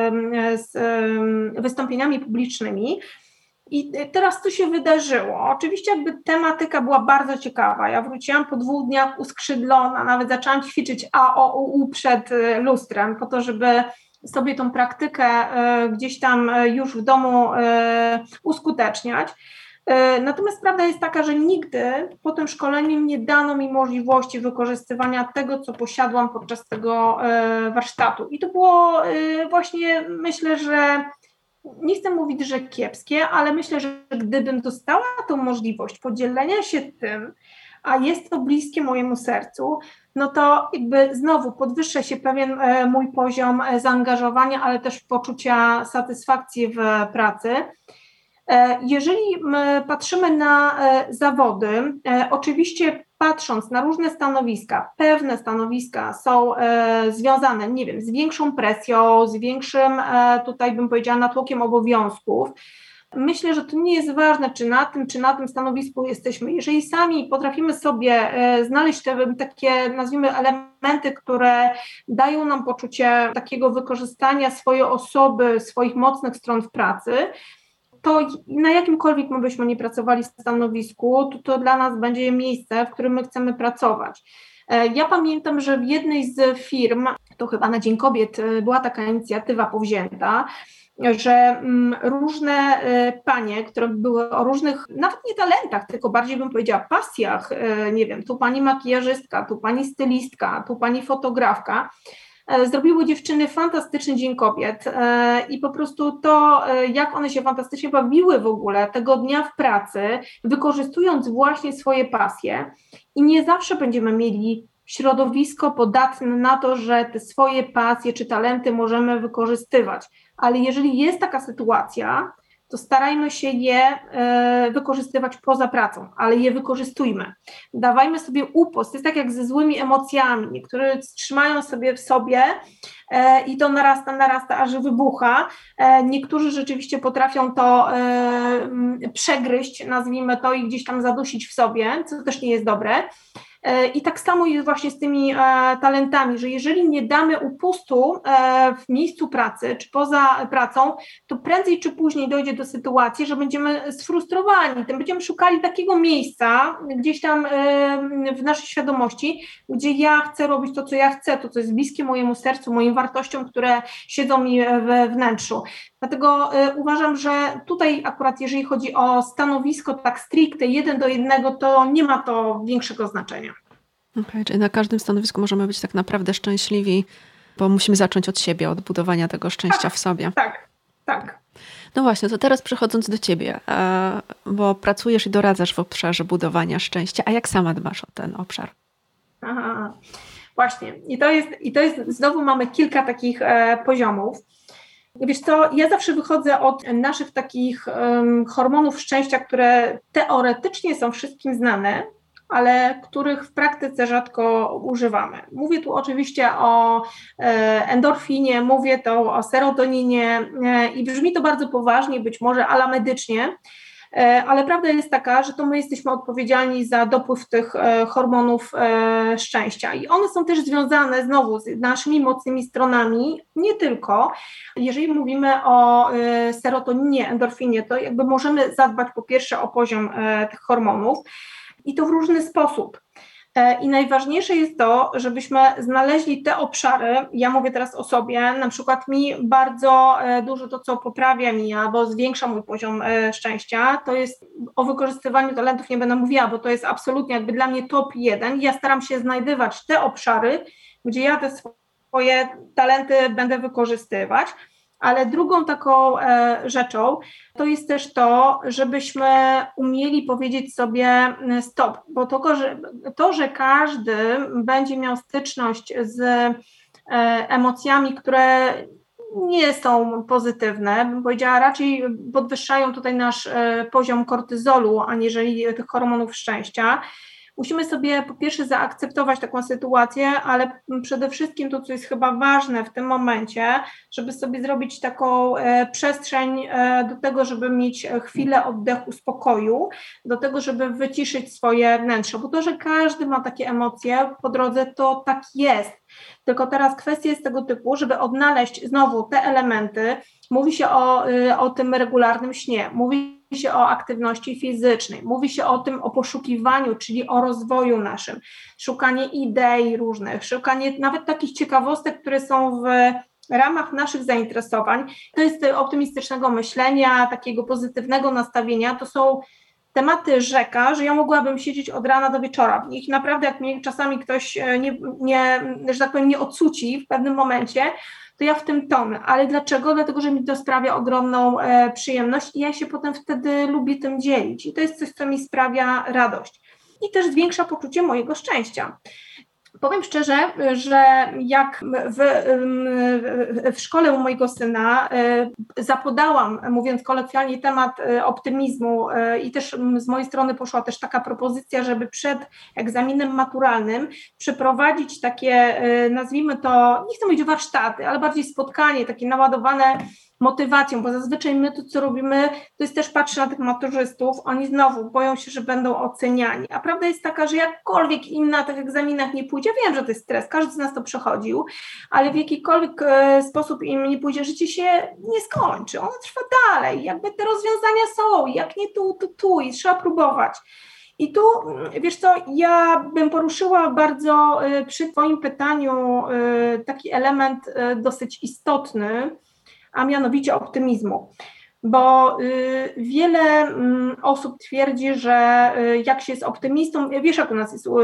z wystąpieniami publicznymi. I teraz co się wydarzyło? Oczywiście jakby tematyka była bardzo ciekawa. Ja wróciłam po 2 dniach uskrzydlona, nawet zaczęłam ćwiczyć AOUU przed lustrem po to, żeby sobie tą praktykę gdzieś tam już w domu uskuteczniać. Natomiast prawda jest taka, że nigdy po tym szkoleniu nie dano mi możliwości wykorzystywania tego, co posiadłam podczas tego warsztatu. I to było właśnie, myślę, że nie chcę mówić, że kiepskie, ale myślę, że gdybym dostała tą możliwość podzielenia się tym, a jest to bliskie mojemu sercu, no to jakby znowu podwyższa się pewien mój poziom zaangażowania, ale też poczucia satysfakcji w pracy. Jeżeli patrzymy na zawody, oczywiście patrząc na różne stanowiska, pewne stanowiska są związane, nie wiem, z większą presją, z większym, tutaj bym powiedziała, natłokiem obowiązków. Myślę, że to nie jest ważne, czy na tym stanowisku jesteśmy. Jeżeli sami potrafimy sobie znaleźć te takie, nazwijmy, elementy, które dają nam poczucie takiego wykorzystania swojej osoby, swoich mocnych stron w pracy, to na jakimkolwiek my byśmy nie pracowali w stanowisku, to dla nas będzie miejsce, w którym my chcemy pracować. Ja pamiętam, że w jednej z firm, to chyba na Dzień Kobiet była taka inicjatywa powzięta, że różne panie, które były o różnych, nawet nie talentach, tylko bardziej bym powiedziała pasjach, nie wiem, tu pani makijażystka, tu pani stylistka, tu pani fotografka, zrobiły dziewczyny fantastyczny Dzień Kobiet i po prostu to, jak one się fantastycznie bawiły w ogóle tego dnia w pracy, wykorzystując właśnie swoje pasje i nie zawsze będziemy mieli środowisko podatne na to, że te swoje pasje czy talenty możemy wykorzystywać, ale jeżeli jest taka sytuacja, to starajmy się je wykorzystywać poza pracą, ale je wykorzystujmy. Dawajmy sobie upost, to jest tak jak ze złymi emocjami, niektórzy trzymają sobie w sobie i to narasta, aż wybucha. Niektórzy rzeczywiście potrafią to przegryźć, nazwijmy to, i gdzieś tam zadusić w sobie, co też nie jest dobre. I tak samo jest właśnie z tymi talentami, że jeżeli nie damy upustu w miejscu pracy czy poza pracą, to prędzej czy później dojdzie do sytuacji, że będziemy sfrustrowani, będziemy szukali takiego miejsca gdzieś tam w naszej świadomości, gdzie ja chcę robić to, co ja chcę, to, co jest bliskie mojemu sercu, moim wartościom, które siedzą mi we wnętrzu. Dlatego uważam, że tutaj akurat jeżeli chodzi o stanowisko tak stricte 1 do 1, to nie ma to większego znaczenia. Okej, czyli na każdym stanowisku możemy być tak naprawdę szczęśliwi, bo musimy zacząć od siebie, od budowania tego szczęścia w sobie. Tak. No właśnie, to teraz przechodząc do ciebie, bo pracujesz i doradzasz w obszarze budowania szczęścia, a jak sama dbasz o ten obszar? Aha, właśnie. I to jest znowu mamy kilka takich poziomów. Wiesz co, ja zawsze wychodzę od naszych takich hormonów szczęścia, które teoretycznie są wszystkim znane, ale których w praktyce rzadko używamy. Mówię tu oczywiście o endorfinie, mówię tu o serotoninie i brzmi to bardzo poważnie, być może ala medycznie, ale prawda jest taka, że to my jesteśmy odpowiedzialni za dopływ tych hormonów szczęścia i one są też związane znowu z naszymi mocnymi stronami, nie tylko. Jeżeli mówimy o serotoninie, endorfinie, to jakby możemy zadbać po pierwsze o poziom tych hormonów i to w różny sposób. I najważniejsze jest to, żebyśmy znaleźli te obszary, ja mówię teraz o sobie, na przykład mi bardzo dużo to, co poprawia mi albo zwiększa mój poziom szczęścia, to jest o wykorzystywaniu talentów nie będę mówiła, bo to jest absolutnie jakby dla mnie top 1. Ja staram się znajdywać te obszary, gdzie ja te swoje talenty będę wykorzystywać. Ale drugą taką rzeczą to jest też to, żebyśmy umieli powiedzieć sobie stop, bo to, że każdy będzie miał styczność z emocjami, które nie są pozytywne, bym powiedziała, raczej podwyższają tutaj nasz poziom kortyzolu, aniżeli tych hormonów szczęścia. Musimy sobie po pierwsze zaakceptować taką sytuację, ale przede wszystkim to, co jest chyba ważne w tym momencie, żeby sobie zrobić taką przestrzeń do tego, żeby mieć chwilę oddechu, spokoju, do tego, żeby wyciszyć swoje wnętrze, bo to, że każdy ma takie emocje po drodze, to tak jest. Tylko teraz kwestia jest tego typu, żeby odnaleźć znowu te elementy. Mówi się o tym regularnym śnie, mówi się o aktywności fizycznej, mówi się o poszukiwaniu, czyli o rozwoju naszym, szukanie idei różnych, szukanie nawet takich ciekawostek, które są w ramach naszych zainteresowań. To jest optymistycznego myślenia, takiego pozytywnego nastawienia, to są tematy rzeka, że ja mogłabym siedzieć od rana do wieczora w nich. Naprawdę jak mnie czasami ktoś że tak powiem, nie odsuci w pewnym momencie, to ja w tym tonę. Ale dlaczego? Dlatego, że mi to sprawia ogromną przyjemność i ja się potem wtedy lubię tym dzielić. I to jest coś, co mi sprawia radość. I też zwiększa poczucie mojego szczęścia. Powiem szczerze, że jak w szkole u mojego syna zapodałam, mówiąc kolokwialnie, temat optymizmu i też z mojej strony poszła też taka propozycja, żeby przed egzaminem maturalnym przeprowadzić takie, nazwijmy to, nie chcę mówić warsztaty, ale bardziej spotkanie, takie naładowane motywacją, bo zazwyczaj my to, co robimy, to jest też patrzę na tych maturzystów, oni znowu boją się, że będą oceniani, a prawda jest taka, że jakkolwiek im na tych egzaminach nie pójdzie, wiem, że to jest stres, każdy z nas to przechodził, ale w jakikolwiek sposób im nie pójdzie, życie się nie skończy, ono trwa dalej, jakby te rozwiązania są, jak nie tu i trzeba próbować. I tu, wiesz co, ja bym poruszyła bardzo przy Twoim pytaniu taki element dosyć istotny, a mianowicie optymizmu, bo wiele osób twierdzi, że jak się jest optymistą, wiesz jak u nas jest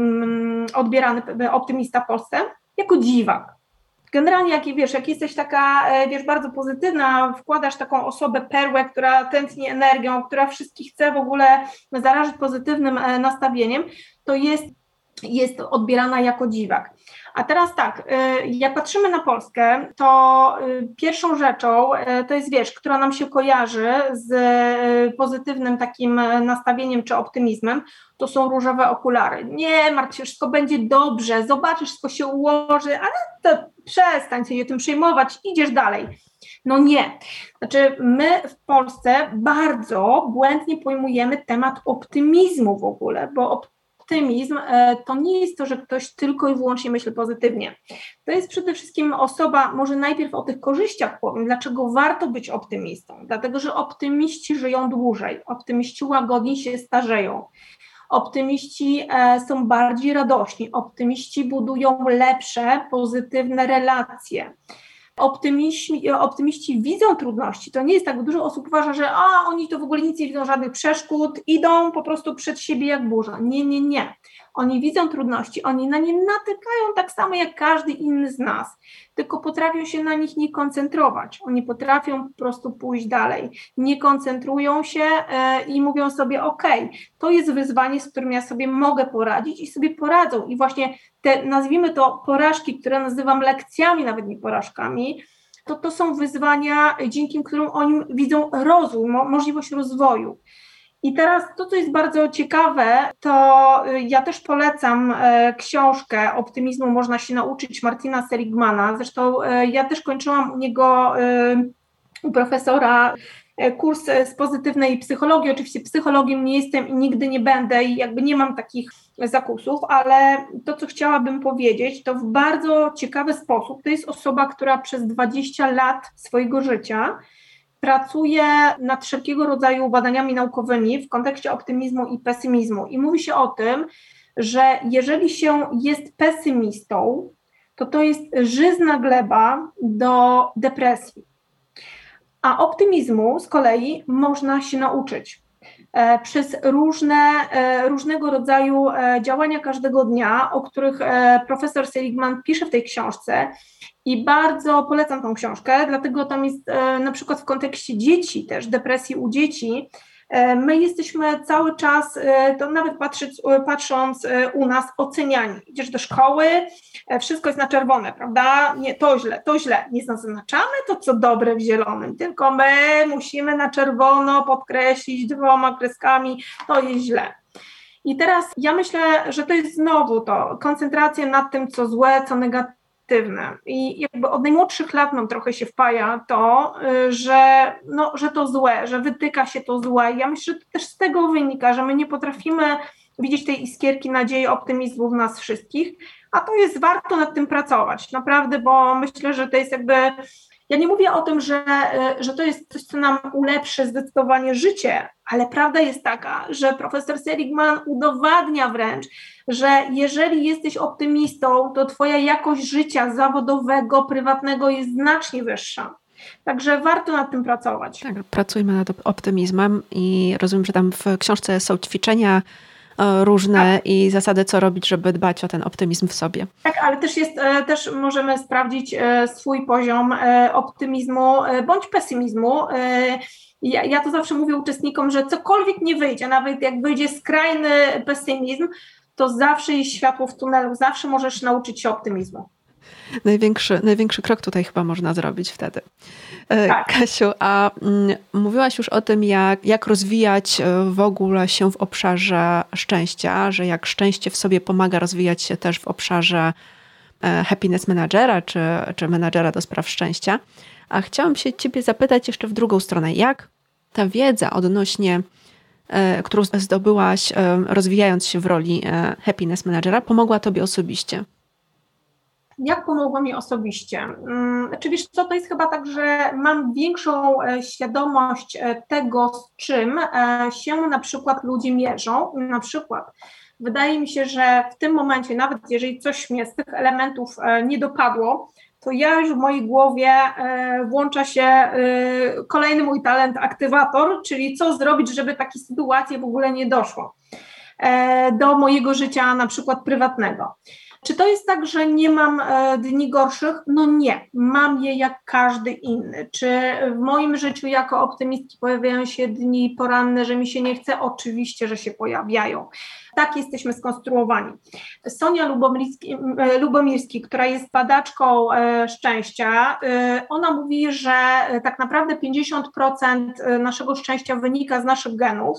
odbierany optymista w Polsce? Jako dziwak. Generalnie jak jesteś taka, bardzo pozytywna, wkładasz taką osobę perłę, która tętni energią, która wszystkich chce w ogóle zarazić pozytywnym nastawieniem, to jest odbierana jako dziwak. A teraz tak, jak patrzymy na Polskę, to pierwszą rzeczą to jest, która nam się kojarzy z pozytywnym takim nastawieniem czy optymizmem, to są różowe okulary. Nie martw się, wszystko będzie dobrze, zobaczysz, wszystko się ułoży, ale to przestań się tym przejmować, idziesz dalej. No nie. Znaczy my w Polsce bardzo błędnie pojmujemy temat optymizmu w ogóle, bo optymizm to nie jest to, że ktoś tylko i wyłącznie myśli pozytywnie. To jest przede wszystkim osoba, może najpierw o tych korzyściach powiem, dlaczego warto być optymistą. Dlatego, że optymiści żyją dłużej, optymiści łagodniej się starzeją. Optymiści są bardziej radośni, optymiści budują lepsze, pozytywne relacje. Optymiści widzą trudności, to nie jest tak, dużo osób uważa, że oni to w ogóle nic nie widzą, żadnych przeszkód, idą po prostu przed siebie jak burza. Nie. Oni widzą trudności, oni na nie natykają tak samo jak każdy inny z nas, tylko potrafią się na nich nie koncentrować, oni potrafią po prostu pójść dalej, nie koncentrują się i mówią sobie to jest wyzwanie, z którym ja sobie mogę poradzić i sobie poradzą i właśnie te, nazwijmy to porażki, które nazywam lekcjami, nawet nie porażkami, to są wyzwania, dzięki którym oni widzą rozwój, możliwość rozwoju. I teraz to, co jest bardzo ciekawe, to ja też polecam książkę Optymizmu można się nauczyć Martina Seligmana. Zresztą ja też kończyłam u niego, u profesora, kurs z pozytywnej psychologii. Oczywiście psychologiem nie jestem i nigdy nie będę i jakby nie mam takich zakusów, ale to, co chciałabym powiedzieć, to w bardzo ciekawy sposób, to jest osoba, która przez 20 lat swojego życia pracuje nad wszelkiego rodzaju badaniami naukowymi w kontekście optymizmu i pesymizmu i mówi się o tym, że jeżeli się jest pesymistą, to jest żyzna gleba do depresji. A optymizmu z kolei można się nauczyć przez różnego rodzaju działania każdego dnia, o których profesor Seligman pisze w tej książce i bardzo polecam tą książkę, dlatego tam jest na przykład w kontekście dzieci też, depresji u dzieci. My jesteśmy cały czas, to nawet patrząc u nas, oceniani. Idziesz do szkoły, wszystko jest na czerwone, prawda? Nie, to źle. Nie zaznaczamy to, co dobre w zielonym, tylko my musimy na czerwono podkreślić 2 kreskami, to jest źle. I teraz ja myślę, że to jest znowu to, koncentracja nad tym, co złe, co negatywne. I jakby od najmłodszych lat nam trochę się wpaja to, że to złe, że wytyka się to złe. Ja myślę, że to też z tego wynika, że my nie potrafimy widzieć tej iskierki nadziei, optymizmu w nas wszystkich, a to jest warto nad tym pracować, naprawdę, bo myślę, że to jest jakby, ja nie mówię o tym, że to jest coś, co nam ulepszy zdecydowanie życie, ale prawda jest taka, że profesor Seligman udowadnia wręcz, że jeżeli jesteś optymistą, to twoja jakość życia zawodowego, prywatnego jest znacznie wyższa. Także warto nad tym pracować. Tak, pracujmy nad optymizmem i rozumiem, że tam w książce są ćwiczenia różne i zasady, co robić, żeby dbać o ten optymizm w sobie. Tak, ale też możemy sprawdzić swój poziom optymizmu bądź pesymizmu. Ja to zawsze mówię uczestnikom, że cokolwiek nie wyjdzie, nawet jak wyjdzie skrajny pesymizm, to zawsze jest światło w tunelu, zawsze możesz nauczyć się optymizmu. Największy krok tutaj chyba można zrobić wtedy. Tak. Kasiu, a mówiłaś już o tym, jak rozwijać w ogóle się w obszarze szczęścia, że jak szczęście w sobie pomaga rozwijać się też w obszarze happiness managera, czy menadżera do spraw szczęścia. A chciałam się ciebie zapytać jeszcze w drugą stronę, jak ta wiedza odnośnie, którą zdobyłaś rozwijając się w roli happiness managera, pomogła tobie osobiście? Jak pomogło mi osobiście? Czy wiesz co, to jest chyba tak, że mam większą świadomość tego, z czym się na przykład ludzie mierzą. Na przykład wydaje mi się, że w tym momencie, nawet jeżeli coś mnie z tych elementów nie dopadło, to ja już w mojej głowie włącza się kolejny mój talent aktywator, czyli co zrobić, żeby takiej sytuacji w ogóle nie doszło do mojego życia na przykład prywatnego. Czy to jest tak, że nie mam dni gorszych? No nie, mam je jak każdy inny. Czy w moim życiu jako optymistki pojawiają się dni poranne, że mi się nie chce? Oczywiście, że się pojawiają. Tak jesteśmy skonstruowani. Sonia Lubomirski, która jest badaczką szczęścia, ona mówi, że tak naprawdę 50% naszego szczęścia wynika z naszych genów,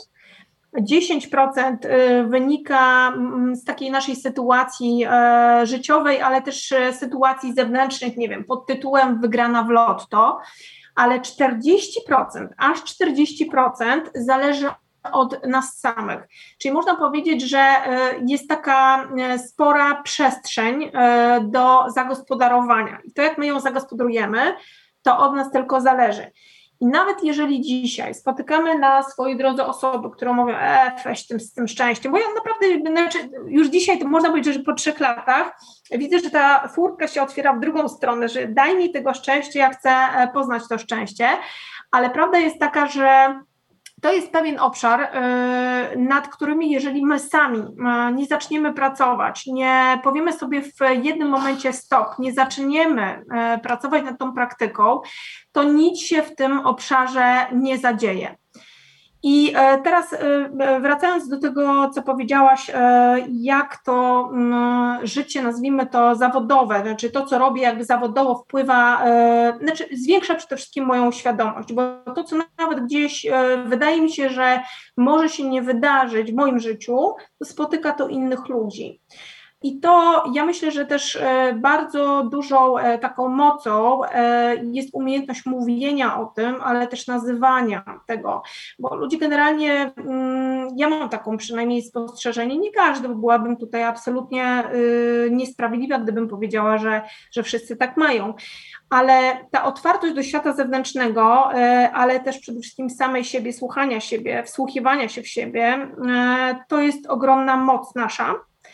10% wynika z takiej naszej sytuacji życiowej, ale też sytuacji zewnętrznych, nie wiem, pod tytułem wygrana w lotto, ale 40%, aż 40% zależy od nas samych. Czyli można powiedzieć, że jest taka spora przestrzeń do zagospodarowania. I to, jak my ją zagospodarujemy, to od nas tylko zależy. I nawet jeżeli dzisiaj spotykamy na swojej drodze osoby, które mówią, weź z tym szczęściem, bo ja naprawdę, już dzisiaj to można powiedzieć, że po 3 latach widzę, że ta furtka się otwiera w drugą stronę, że daj mi tego szczęścia, ja chcę poznać to szczęście, ale prawda jest taka, że to jest pewien obszar, nad którymi jeżeli my sami nie zaczniemy pracować, nie powiemy sobie w jednym momencie stop, nie zaczniemy pracować nad tą praktyką, to nic się w tym obszarze nie zadzieje. I teraz wracając do tego, co powiedziałaś, jak to życie, nazwijmy to zawodowe, znaczy to, co robię jakby zawodowo wpływa, zwiększa przede wszystkim moją świadomość, bo to, co nawet gdzieś wydaje mi się, że może się nie wydarzyć w moim życiu, to spotyka to innych ludzi. I to ja myślę, że też bardzo dużą taką mocą jest umiejętność mówienia o tym, ale też nazywania tego, bo ludzie generalnie, ja mam taką przynajmniej spostrzeżenie, nie każdy, bo byłabym tutaj absolutnie niesprawiedliwa, gdybym powiedziała, że wszyscy tak mają, ale ta otwartość do świata zewnętrznego, ale też przede wszystkim samej siebie, słuchania siebie, wsłuchiwania się w siebie, to jest ogromna moc nasza.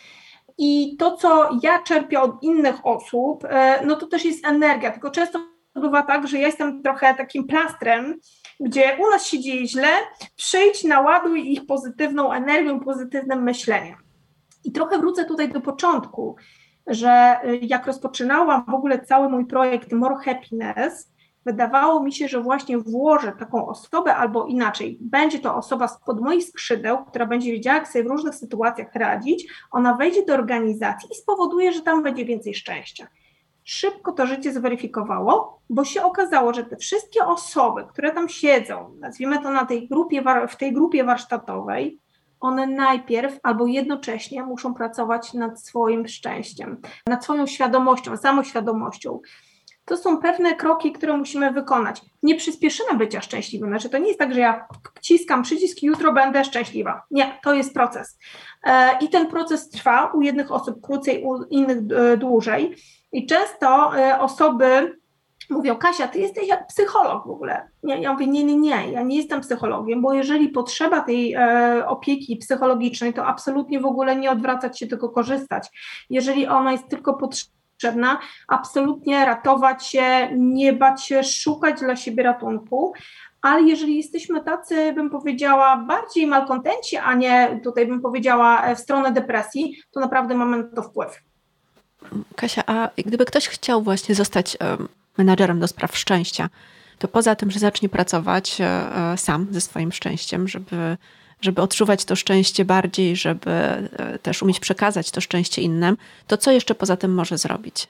I to, co ja czerpię od innych osób, no to też jest energia, tylko często bywa tak, że ja jestem trochę takim plastrem, gdzie u nas się dzieje źle, przyjdź, naładuj ich pozytywną energią, pozytywnym myśleniem. I trochę wrócę tutaj do początku, że jak rozpoczynałam w ogóle cały mój projekt More Happiness, wydawało mi się, że właśnie włożę taką osobę albo inaczej, będzie to osoba spod moich skrzydeł, która będzie wiedziała, jak sobie w różnych sytuacjach radzić, ona wejdzie do organizacji i spowoduje, że tam będzie więcej szczęścia. Szybko to życie zweryfikowało, bo się okazało, że te wszystkie osoby, które tam siedzą, nazwijmy to w tej grupie warsztatowej, one najpierw albo jednocześnie muszą pracować nad swoim szczęściem, nad swoją świadomością, samoświadomością. To są pewne kroki, które musimy wykonać. Nie przyspieszymy bycia szczęśliwym. Znaczy, to nie jest tak, że ja wciskam przycisk i jutro będę szczęśliwa. Nie, to jest proces. I ten proces trwa u jednych osób krócej, u innych dłużej. I często osoby mówią: Kasia, ty jesteś jak psycholog w ogóle. Ja mówię: nie, ja nie jestem psychologiem, bo jeżeli potrzeba tej opieki psychologicznej, to absolutnie w ogóle nie odwracać się, tylko korzystać. Jeżeli ona jest tylko potrzebna, absolutnie ratować się, nie bać się, szukać dla siebie ratunku, ale jeżeli jesteśmy tacy, bym powiedziała, bardziej malkontenci, a nie tutaj bym powiedziała w stronę depresji, to naprawdę mamy na to wpływ. Kasia, a gdyby ktoś chciał właśnie zostać menadżerem do spraw szczęścia, to poza tym, że zacznie pracować sam ze swoim szczęściem, żeby odczuwać to szczęście bardziej, żeby też umieć przekazać to szczęście innym, to co jeszcze poza tym może zrobić?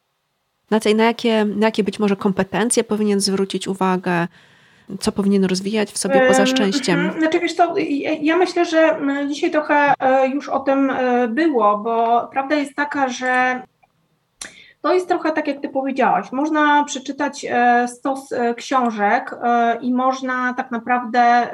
Na jakie być może kompetencje powinien zwrócić uwagę? Co powinien rozwijać w sobie poza szczęściem? Znaczy, wiesz co, ja myślę, że dzisiaj trochę już o tym było, bo prawda jest taka, że to jest trochę tak, jak ty powiedziałaś. Można przeczytać stos książek i można tak naprawdę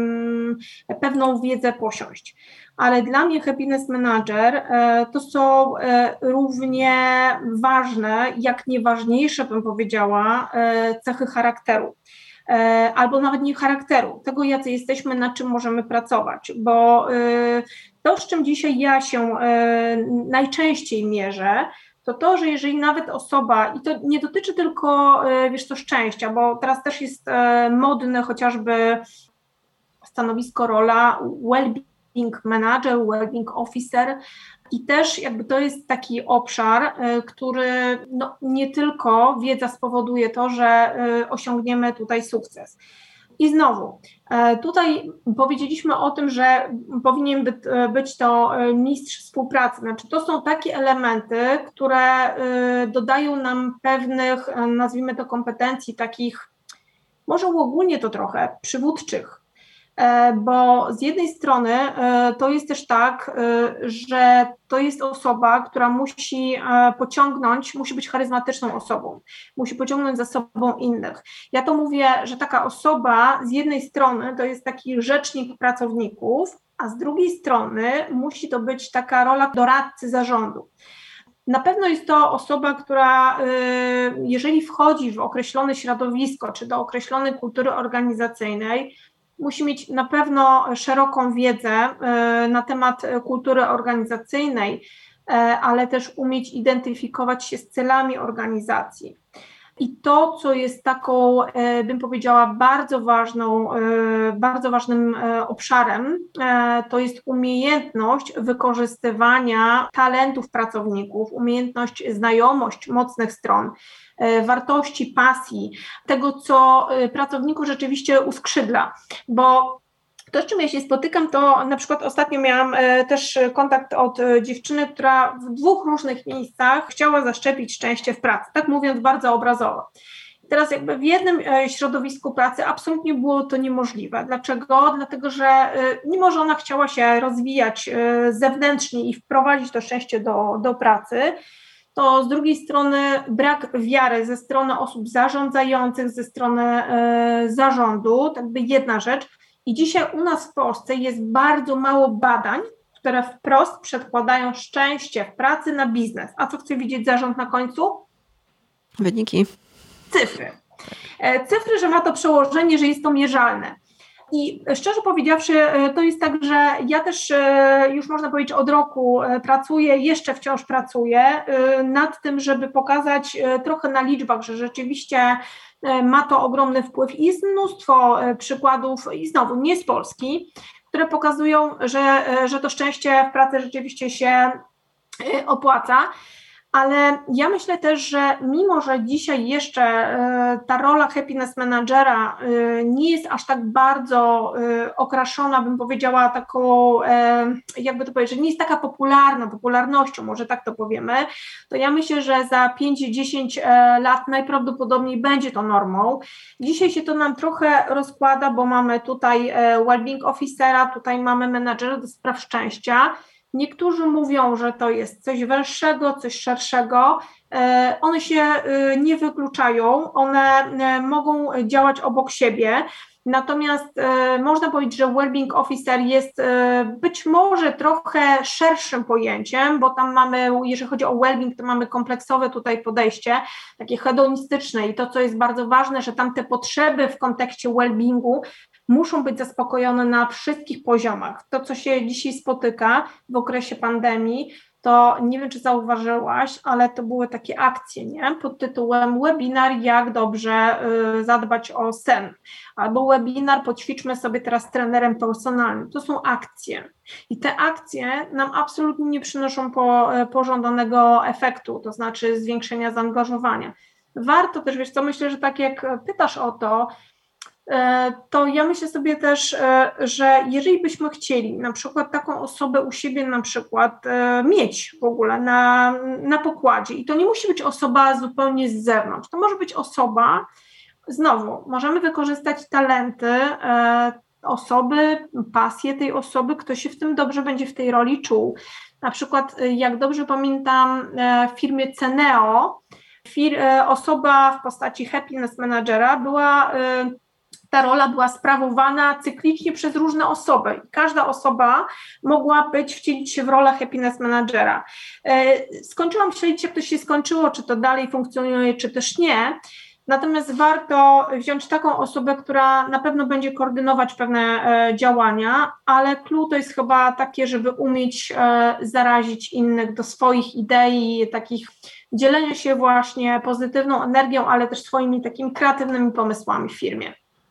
pewną wiedzę posiąść. Ale dla mnie Happiness Manager to są równie ważne, jak nie ważniejsze, bym powiedziała, cechy charakteru. Albo nawet nie charakteru, tego jacy jesteśmy, nad czym możemy pracować, bo to, z czym dzisiaj ja się najczęściej mierzę, to, że jeżeli nawet osoba, i to nie dotyczy tylko, wiesz co, szczęścia, bo teraz też jest modne chociażby stanowisko, rola well-being manager, well-being officer i też jakby to jest taki obszar, który nie tylko wiedza spowoduje to, że osiągniemy tutaj sukces. I znowu, tutaj powiedzieliśmy o tym, że powinien być to mistrz współpracy. Znaczy, to są takie elementy, które dodają nam pewnych, nazwijmy to, kompetencji takich, może uogólnie to trochę, przywódczych. Bo z jednej strony to jest też tak, że to jest osoba, która musi być charyzmatyczną osobą, musi pociągnąć za sobą innych. Ja to mówię, że taka osoba z jednej strony to jest taki rzecznik pracowników, a z drugiej strony musi to być taka rola doradcy zarządu. Na pewno jest to osoba, która jeżeli wchodzi w określone środowisko, czy do określonej kultury organizacyjnej, musi mieć na pewno szeroką wiedzę na temat kultury organizacyjnej, ale też umieć identyfikować się z celami organizacji. I to, co jest taką, bym powiedziała, bardzo ważnym obszarem, to jest umiejętność wykorzystywania talentów pracowników, umiejętność, znajomość mocnych stron, wartości, pasji, tego, co pracowników rzeczywiście uskrzydla, bo to, z czym ja się spotykam, to na przykład ostatnio miałam też kontakt od dziewczyny, która w 2 różnych miejscach chciała zaszczepić szczęście w pracy, tak mówiąc bardzo obrazowo. Teraz jakby w jednym środowisku pracy absolutnie było to niemożliwe. Dlaczego? Dlatego, że mimo, że ona chciała się rozwijać zewnętrznie i wprowadzić to szczęście do pracy, to z drugiej strony brak wiary ze strony osób zarządzających, ze strony zarządu, tak by jedna rzecz. I dzisiaj u nas w Polsce jest bardzo mało badań, które wprost przedkładają szczęście w pracy na biznes. A co chce widzieć zarząd na końcu? Wyniki. Cyfry. Cyfry, że ma to przełożenie, że jest to mierzalne. I szczerze powiedziawszy, to jest tak, że ja też już można powiedzieć od roku pracuję, jeszcze wciąż pracuję nad tym, żeby pokazać trochę na liczbach, że rzeczywiście ma to ogromny wpływ i jest mnóstwo przykładów i znowu nie z Polski, które pokazują, że to szczęście w pracy rzeczywiście się opłaca. Ale ja myślę też, że mimo, że dzisiaj jeszcze ta rola happiness managera nie jest aż tak bardzo okraszona, bym powiedziała taką, jakby to powiedzieć, że nie jest taka popularnością, może tak to powiemy, to ja myślę, że za 5-10 lat najprawdopodobniej będzie to normą. Dzisiaj się to nam trochę rozkłada, bo mamy tutaj well-being officera, tutaj mamy menadżera do spraw szczęścia. Niektórzy mówią, że to jest coś węższego, coś szerszego. One się nie wykluczają, one mogą działać obok siebie. Natomiast można powiedzieć, że well-being officer jest być może trochę szerszym pojęciem, bo tam mamy, jeżeli chodzi o well-being, to mamy kompleksowe tutaj podejście, takie hedonistyczne i to, co jest bardzo ważne, że tam te potrzeby w kontekście well-beingu muszą być zaspokojone na wszystkich poziomach. To, co się dzisiaj spotyka w okresie pandemii, to nie wiem, czy zauważyłaś, ale to były takie akcje, nie? Pod tytułem webinar jak dobrze zadbać o sen, albo webinar poćwiczmy sobie teraz z trenerem personalnym. To są akcje i te akcje nam absolutnie nie przynoszą pożądanego efektu, to znaczy zwiększenia zaangażowania. Warto też, wiesz co, myślę, że tak jak pytasz o to ja myślę sobie też, że jeżeli byśmy chcieli na przykład taką osobę u siebie na przykład mieć w ogóle na pokładzie i to nie musi być osoba zupełnie z zewnątrz, to może być osoba, znowu możemy wykorzystać talenty osoby, pasję tej osoby, kto się w tym dobrze będzie w tej roli czuł. Na przykład jak dobrze pamiętam w firmie Ceneo osoba w postaci happiness managera ta rola była sprawowana cyklicznie przez różne osoby. Każda osoba mogła wcielić się w rolę happiness managera. Skończyłam śledzić, jak to się skończyło, czy to dalej funkcjonuje, czy też nie. Natomiast warto wziąć taką osobę, która na pewno będzie koordynować pewne działania, ale clue to jest chyba takie, żeby umieć zarazić innych do swoich idei, takich dzielenia się właśnie pozytywną energią, ale też swoimi takimi kreatywnymi pomysłami w firmie.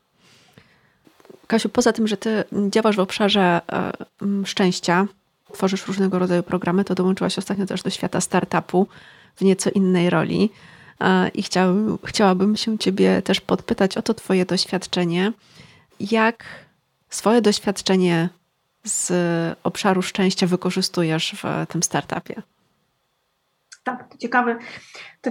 Kasiu, poza tym, że ty działasz w obszarze szczęścia, tworzysz różnego rodzaju programy, to dołączyłaś ostatnio też do świata startupu w nieco innej roli i chciałabym się ciebie też podpytać o to twoje doświadczenie. Jak swoje doświadczenie z obszaru szczęścia wykorzystujesz w tym startupie? Tak, to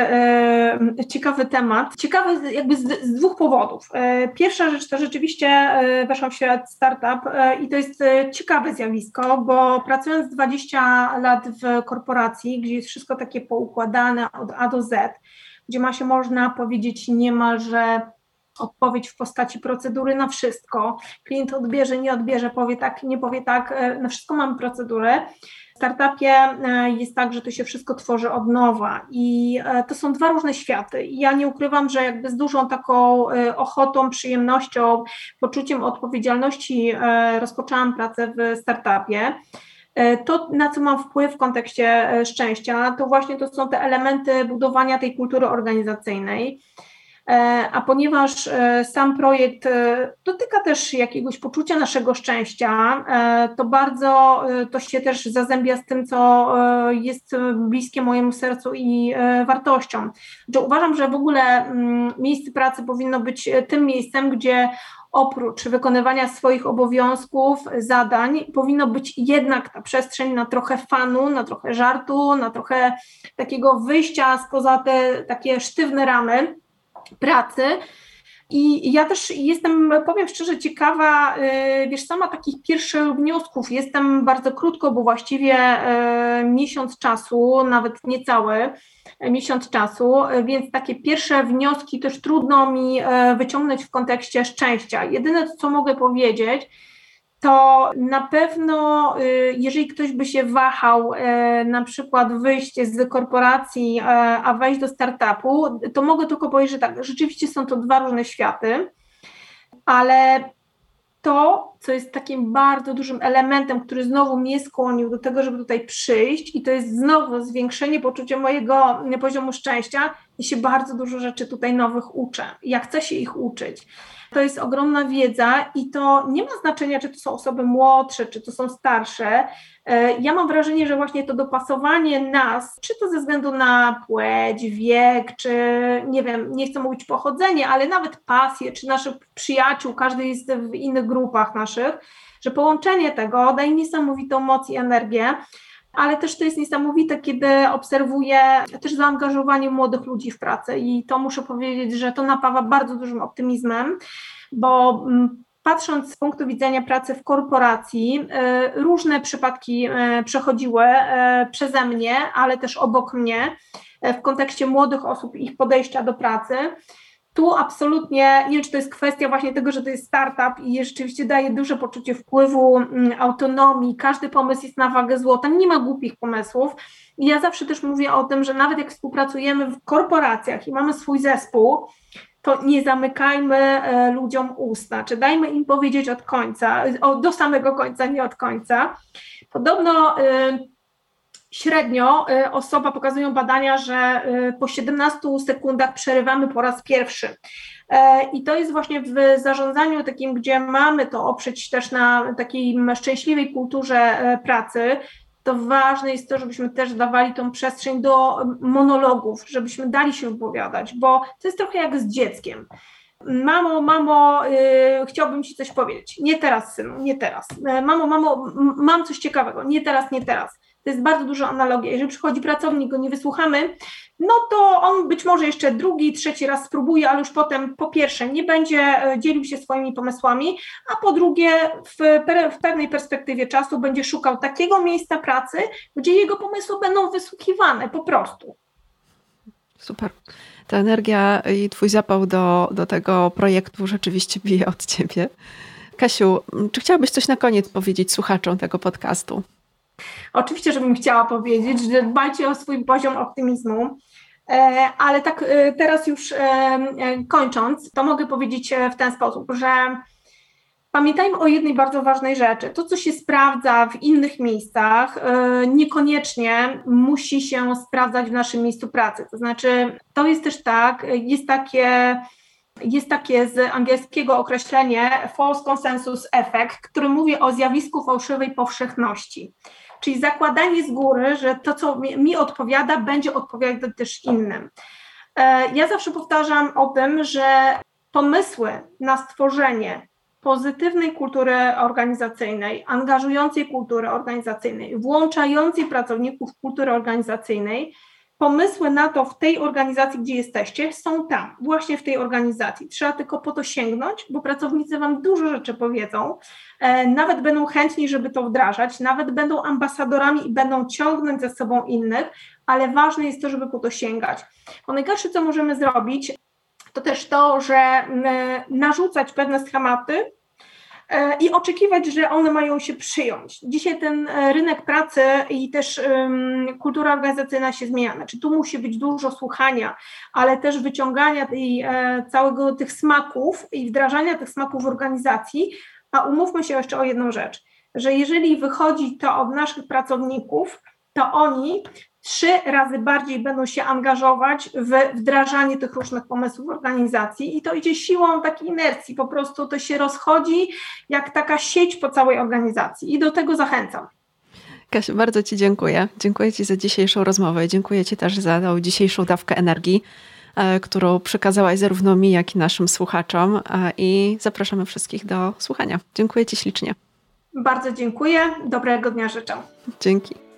ciekawy temat. Ciekawy jakby z dwóch powodów. Pierwsza rzecz to rzeczywiście weszłam w świat startup i to jest ciekawe zjawisko, bo pracując 20 lat w korporacji, gdzie jest wszystko takie poukładane od A do Z, gdzie ma się, można powiedzieć, niemalże odpowiedź w postaci procedury na wszystko. Klient odbierze, nie odbierze, powie tak, nie powie tak, na wszystko mamy procedurę. W startupie jest tak, że to się wszystko tworzy od nowa i to są dwa różne światy. I ja nie ukrywam, że jakby z dużą taką ochotą, przyjemnością, poczuciem odpowiedzialności rozpoczęłam pracę w startupie. To, na co mam wpływ w kontekście szczęścia, to właśnie to są te elementy budowania tej kultury organizacyjnej. A ponieważ sam projekt dotyka też jakiegoś poczucia naszego szczęścia, to bardzo to się też zazębia z tym, co jest bliskie mojemu sercu i wartościom. Uważam, że w ogóle miejsce pracy powinno być tym miejscem, gdzie oprócz wykonywania swoich obowiązków, zadań, powinno być jednak ta przestrzeń na trochę fanu, na trochę żartu, na trochę takiego wyjścia spoza te takie sztywne ramy pracy. I ja też jestem, powiem szczerze, ciekawa, wiesz, sama takich pierwszych wniosków. Jestem bardzo krótko, bo właściwie miesiąc czasu, nawet niecały miesiąc czasu, więc takie pierwsze wnioski też trudno mi wyciągnąć w kontekście szczęścia. Jedyne, co mogę powiedzieć, to na pewno, jeżeli ktoś by się wahał na przykład wyjść z korporacji, a wejść do startupu, to mogę tylko powiedzieć, że tak, rzeczywiście są to dwa różne światy, ale to, co jest takim bardzo dużym elementem, który znowu mnie skłonił do tego, żeby tutaj przyjść, i to jest znowu zwiększenie poczucia mojego poziomu szczęścia. Ja się bardzo dużo rzeczy tutaj nowych uczę. Ja chcę się ich uczyć. To jest ogromna wiedza i to nie ma znaczenia, czy to są osoby młodsze, czy to są starsze. Ja mam wrażenie, że właśnie to dopasowanie nas, czy to ze względu na płeć, wiek, czy nie wiem, nie chcę mówić pochodzenie, ale nawet pasję, czy naszych przyjaciół, każdy jest w innych grupach naszych, że połączenie tego daje niesamowitą moc i energię. Ale też to jest niesamowite, kiedy obserwuję też zaangażowanie młodych ludzi w pracę i to muszę powiedzieć, że to napawa bardzo dużym optymizmem, bo patrząc z punktu widzenia pracy w korporacji, różne przypadki przechodziły przeze mnie, ale też obok mnie w kontekście młodych osób i ich podejścia do pracy. Tu absolutnie, nie wiem, czy to jest kwestia właśnie tego, że to jest startup i rzeczywiście daje duże poczucie wpływu, autonomii, każdy pomysł jest na wagę złota, nie ma głupich pomysłów. I ja zawsze też mówię o tym, że nawet jak współpracujemy w korporacjach i mamy swój zespół, to nie zamykajmy ludziom ust, znaczy dajmy im powiedzieć od końca, do samego końca, nie od końca. Podobno średnio pokazują badania, że po 17 sekundach przerywamy po raz pierwszy. I to jest właśnie w zarządzaniu takim, gdzie mamy to oprzeć też na takiej szczęśliwej kulturze pracy, to ważne jest to, żebyśmy też dawali tą przestrzeń do monologów, żebyśmy dali się wypowiadać, bo to jest trochę jak z dzieckiem. Mamo, chciałbym ci coś powiedzieć. Nie teraz, synu, nie teraz. Mamo, mam coś ciekawego. Nie teraz, nie teraz. To jest bardzo duża analogia. Jeżeli przychodzi pracownik, go nie wysłuchamy, no to on być może jeszcze drugi, trzeci raz spróbuje, ale już potem po pierwsze nie będzie dzielił się swoimi pomysłami, a po drugie w pewnej perspektywie czasu będzie szukał takiego miejsca pracy, gdzie jego pomysły będą wysłuchiwane po prostu. Super. Ta energia i twój zapał do tego projektu rzeczywiście bije od ciebie. Kasiu, czy chciałabyś coś na koniec powiedzieć słuchaczom tego podcastu? Oczywiście, żebym chciała powiedzieć, że dbajcie o swój poziom optymizmu, ale tak teraz już kończąc, to mogę powiedzieć w ten sposób, że pamiętajmy o jednej bardzo ważnej rzeczy. To, co się sprawdza w innych miejscach, niekoniecznie musi się sprawdzać w naszym miejscu pracy. To znaczy, to jest też tak, jest takie z angielskiego określenie false consensus effect, który mówi o zjawisku fałszywej powszechności. Czyli zakładanie z góry, że to, co mi odpowiada, będzie odpowiadać też innym. Ja zawsze powtarzam o tym, że pomysły na stworzenie pozytywnej kultury organizacyjnej, angażującej kultury organizacyjnej, włączającej pracowników w kulturę organizacyjnej, pomysły na to w tej organizacji, gdzie jesteście, są tam, właśnie w tej organizacji. Trzeba tylko po to sięgnąć, bo pracownicy wam dużo rzeczy powiedzą, nawet będą chętni, żeby to wdrażać, nawet będą ambasadorami i będą ciągnąć za sobą innych, ale ważne jest to, żeby po to sięgać. Bo najgorsze, co możemy zrobić, to też to, że narzucać pewne schematy i oczekiwać, że one mają się przyjąć. Dzisiaj ten rynek pracy i też kultura organizacyjna się zmienia. Znaczy, tu musi być dużo słuchania, ale też wyciągania całego tych smaków i wdrażania tych smaków w organizacji, a umówmy się jeszcze o jedną rzecz, że jeżeli wychodzi to od naszych pracowników, to oni 3 razy bardziej będą się angażować w wdrażanie tych różnych pomysłów organizacji i to idzie siłą takiej inercji, po prostu to się rozchodzi jak taka sieć po całej organizacji i do tego zachęcam. Kasiu, bardzo ci dziękuję. Dziękuję ci za dzisiejszą rozmowę. Dziękuję ci też za tą dzisiejszą dawkę energii, którą przekazałaś zarówno mi, jak i naszym słuchaczom i zapraszamy wszystkich do słuchania. Dziękuję ci ślicznie. Bardzo dziękuję. Dobrego dnia życzę. Dzięki.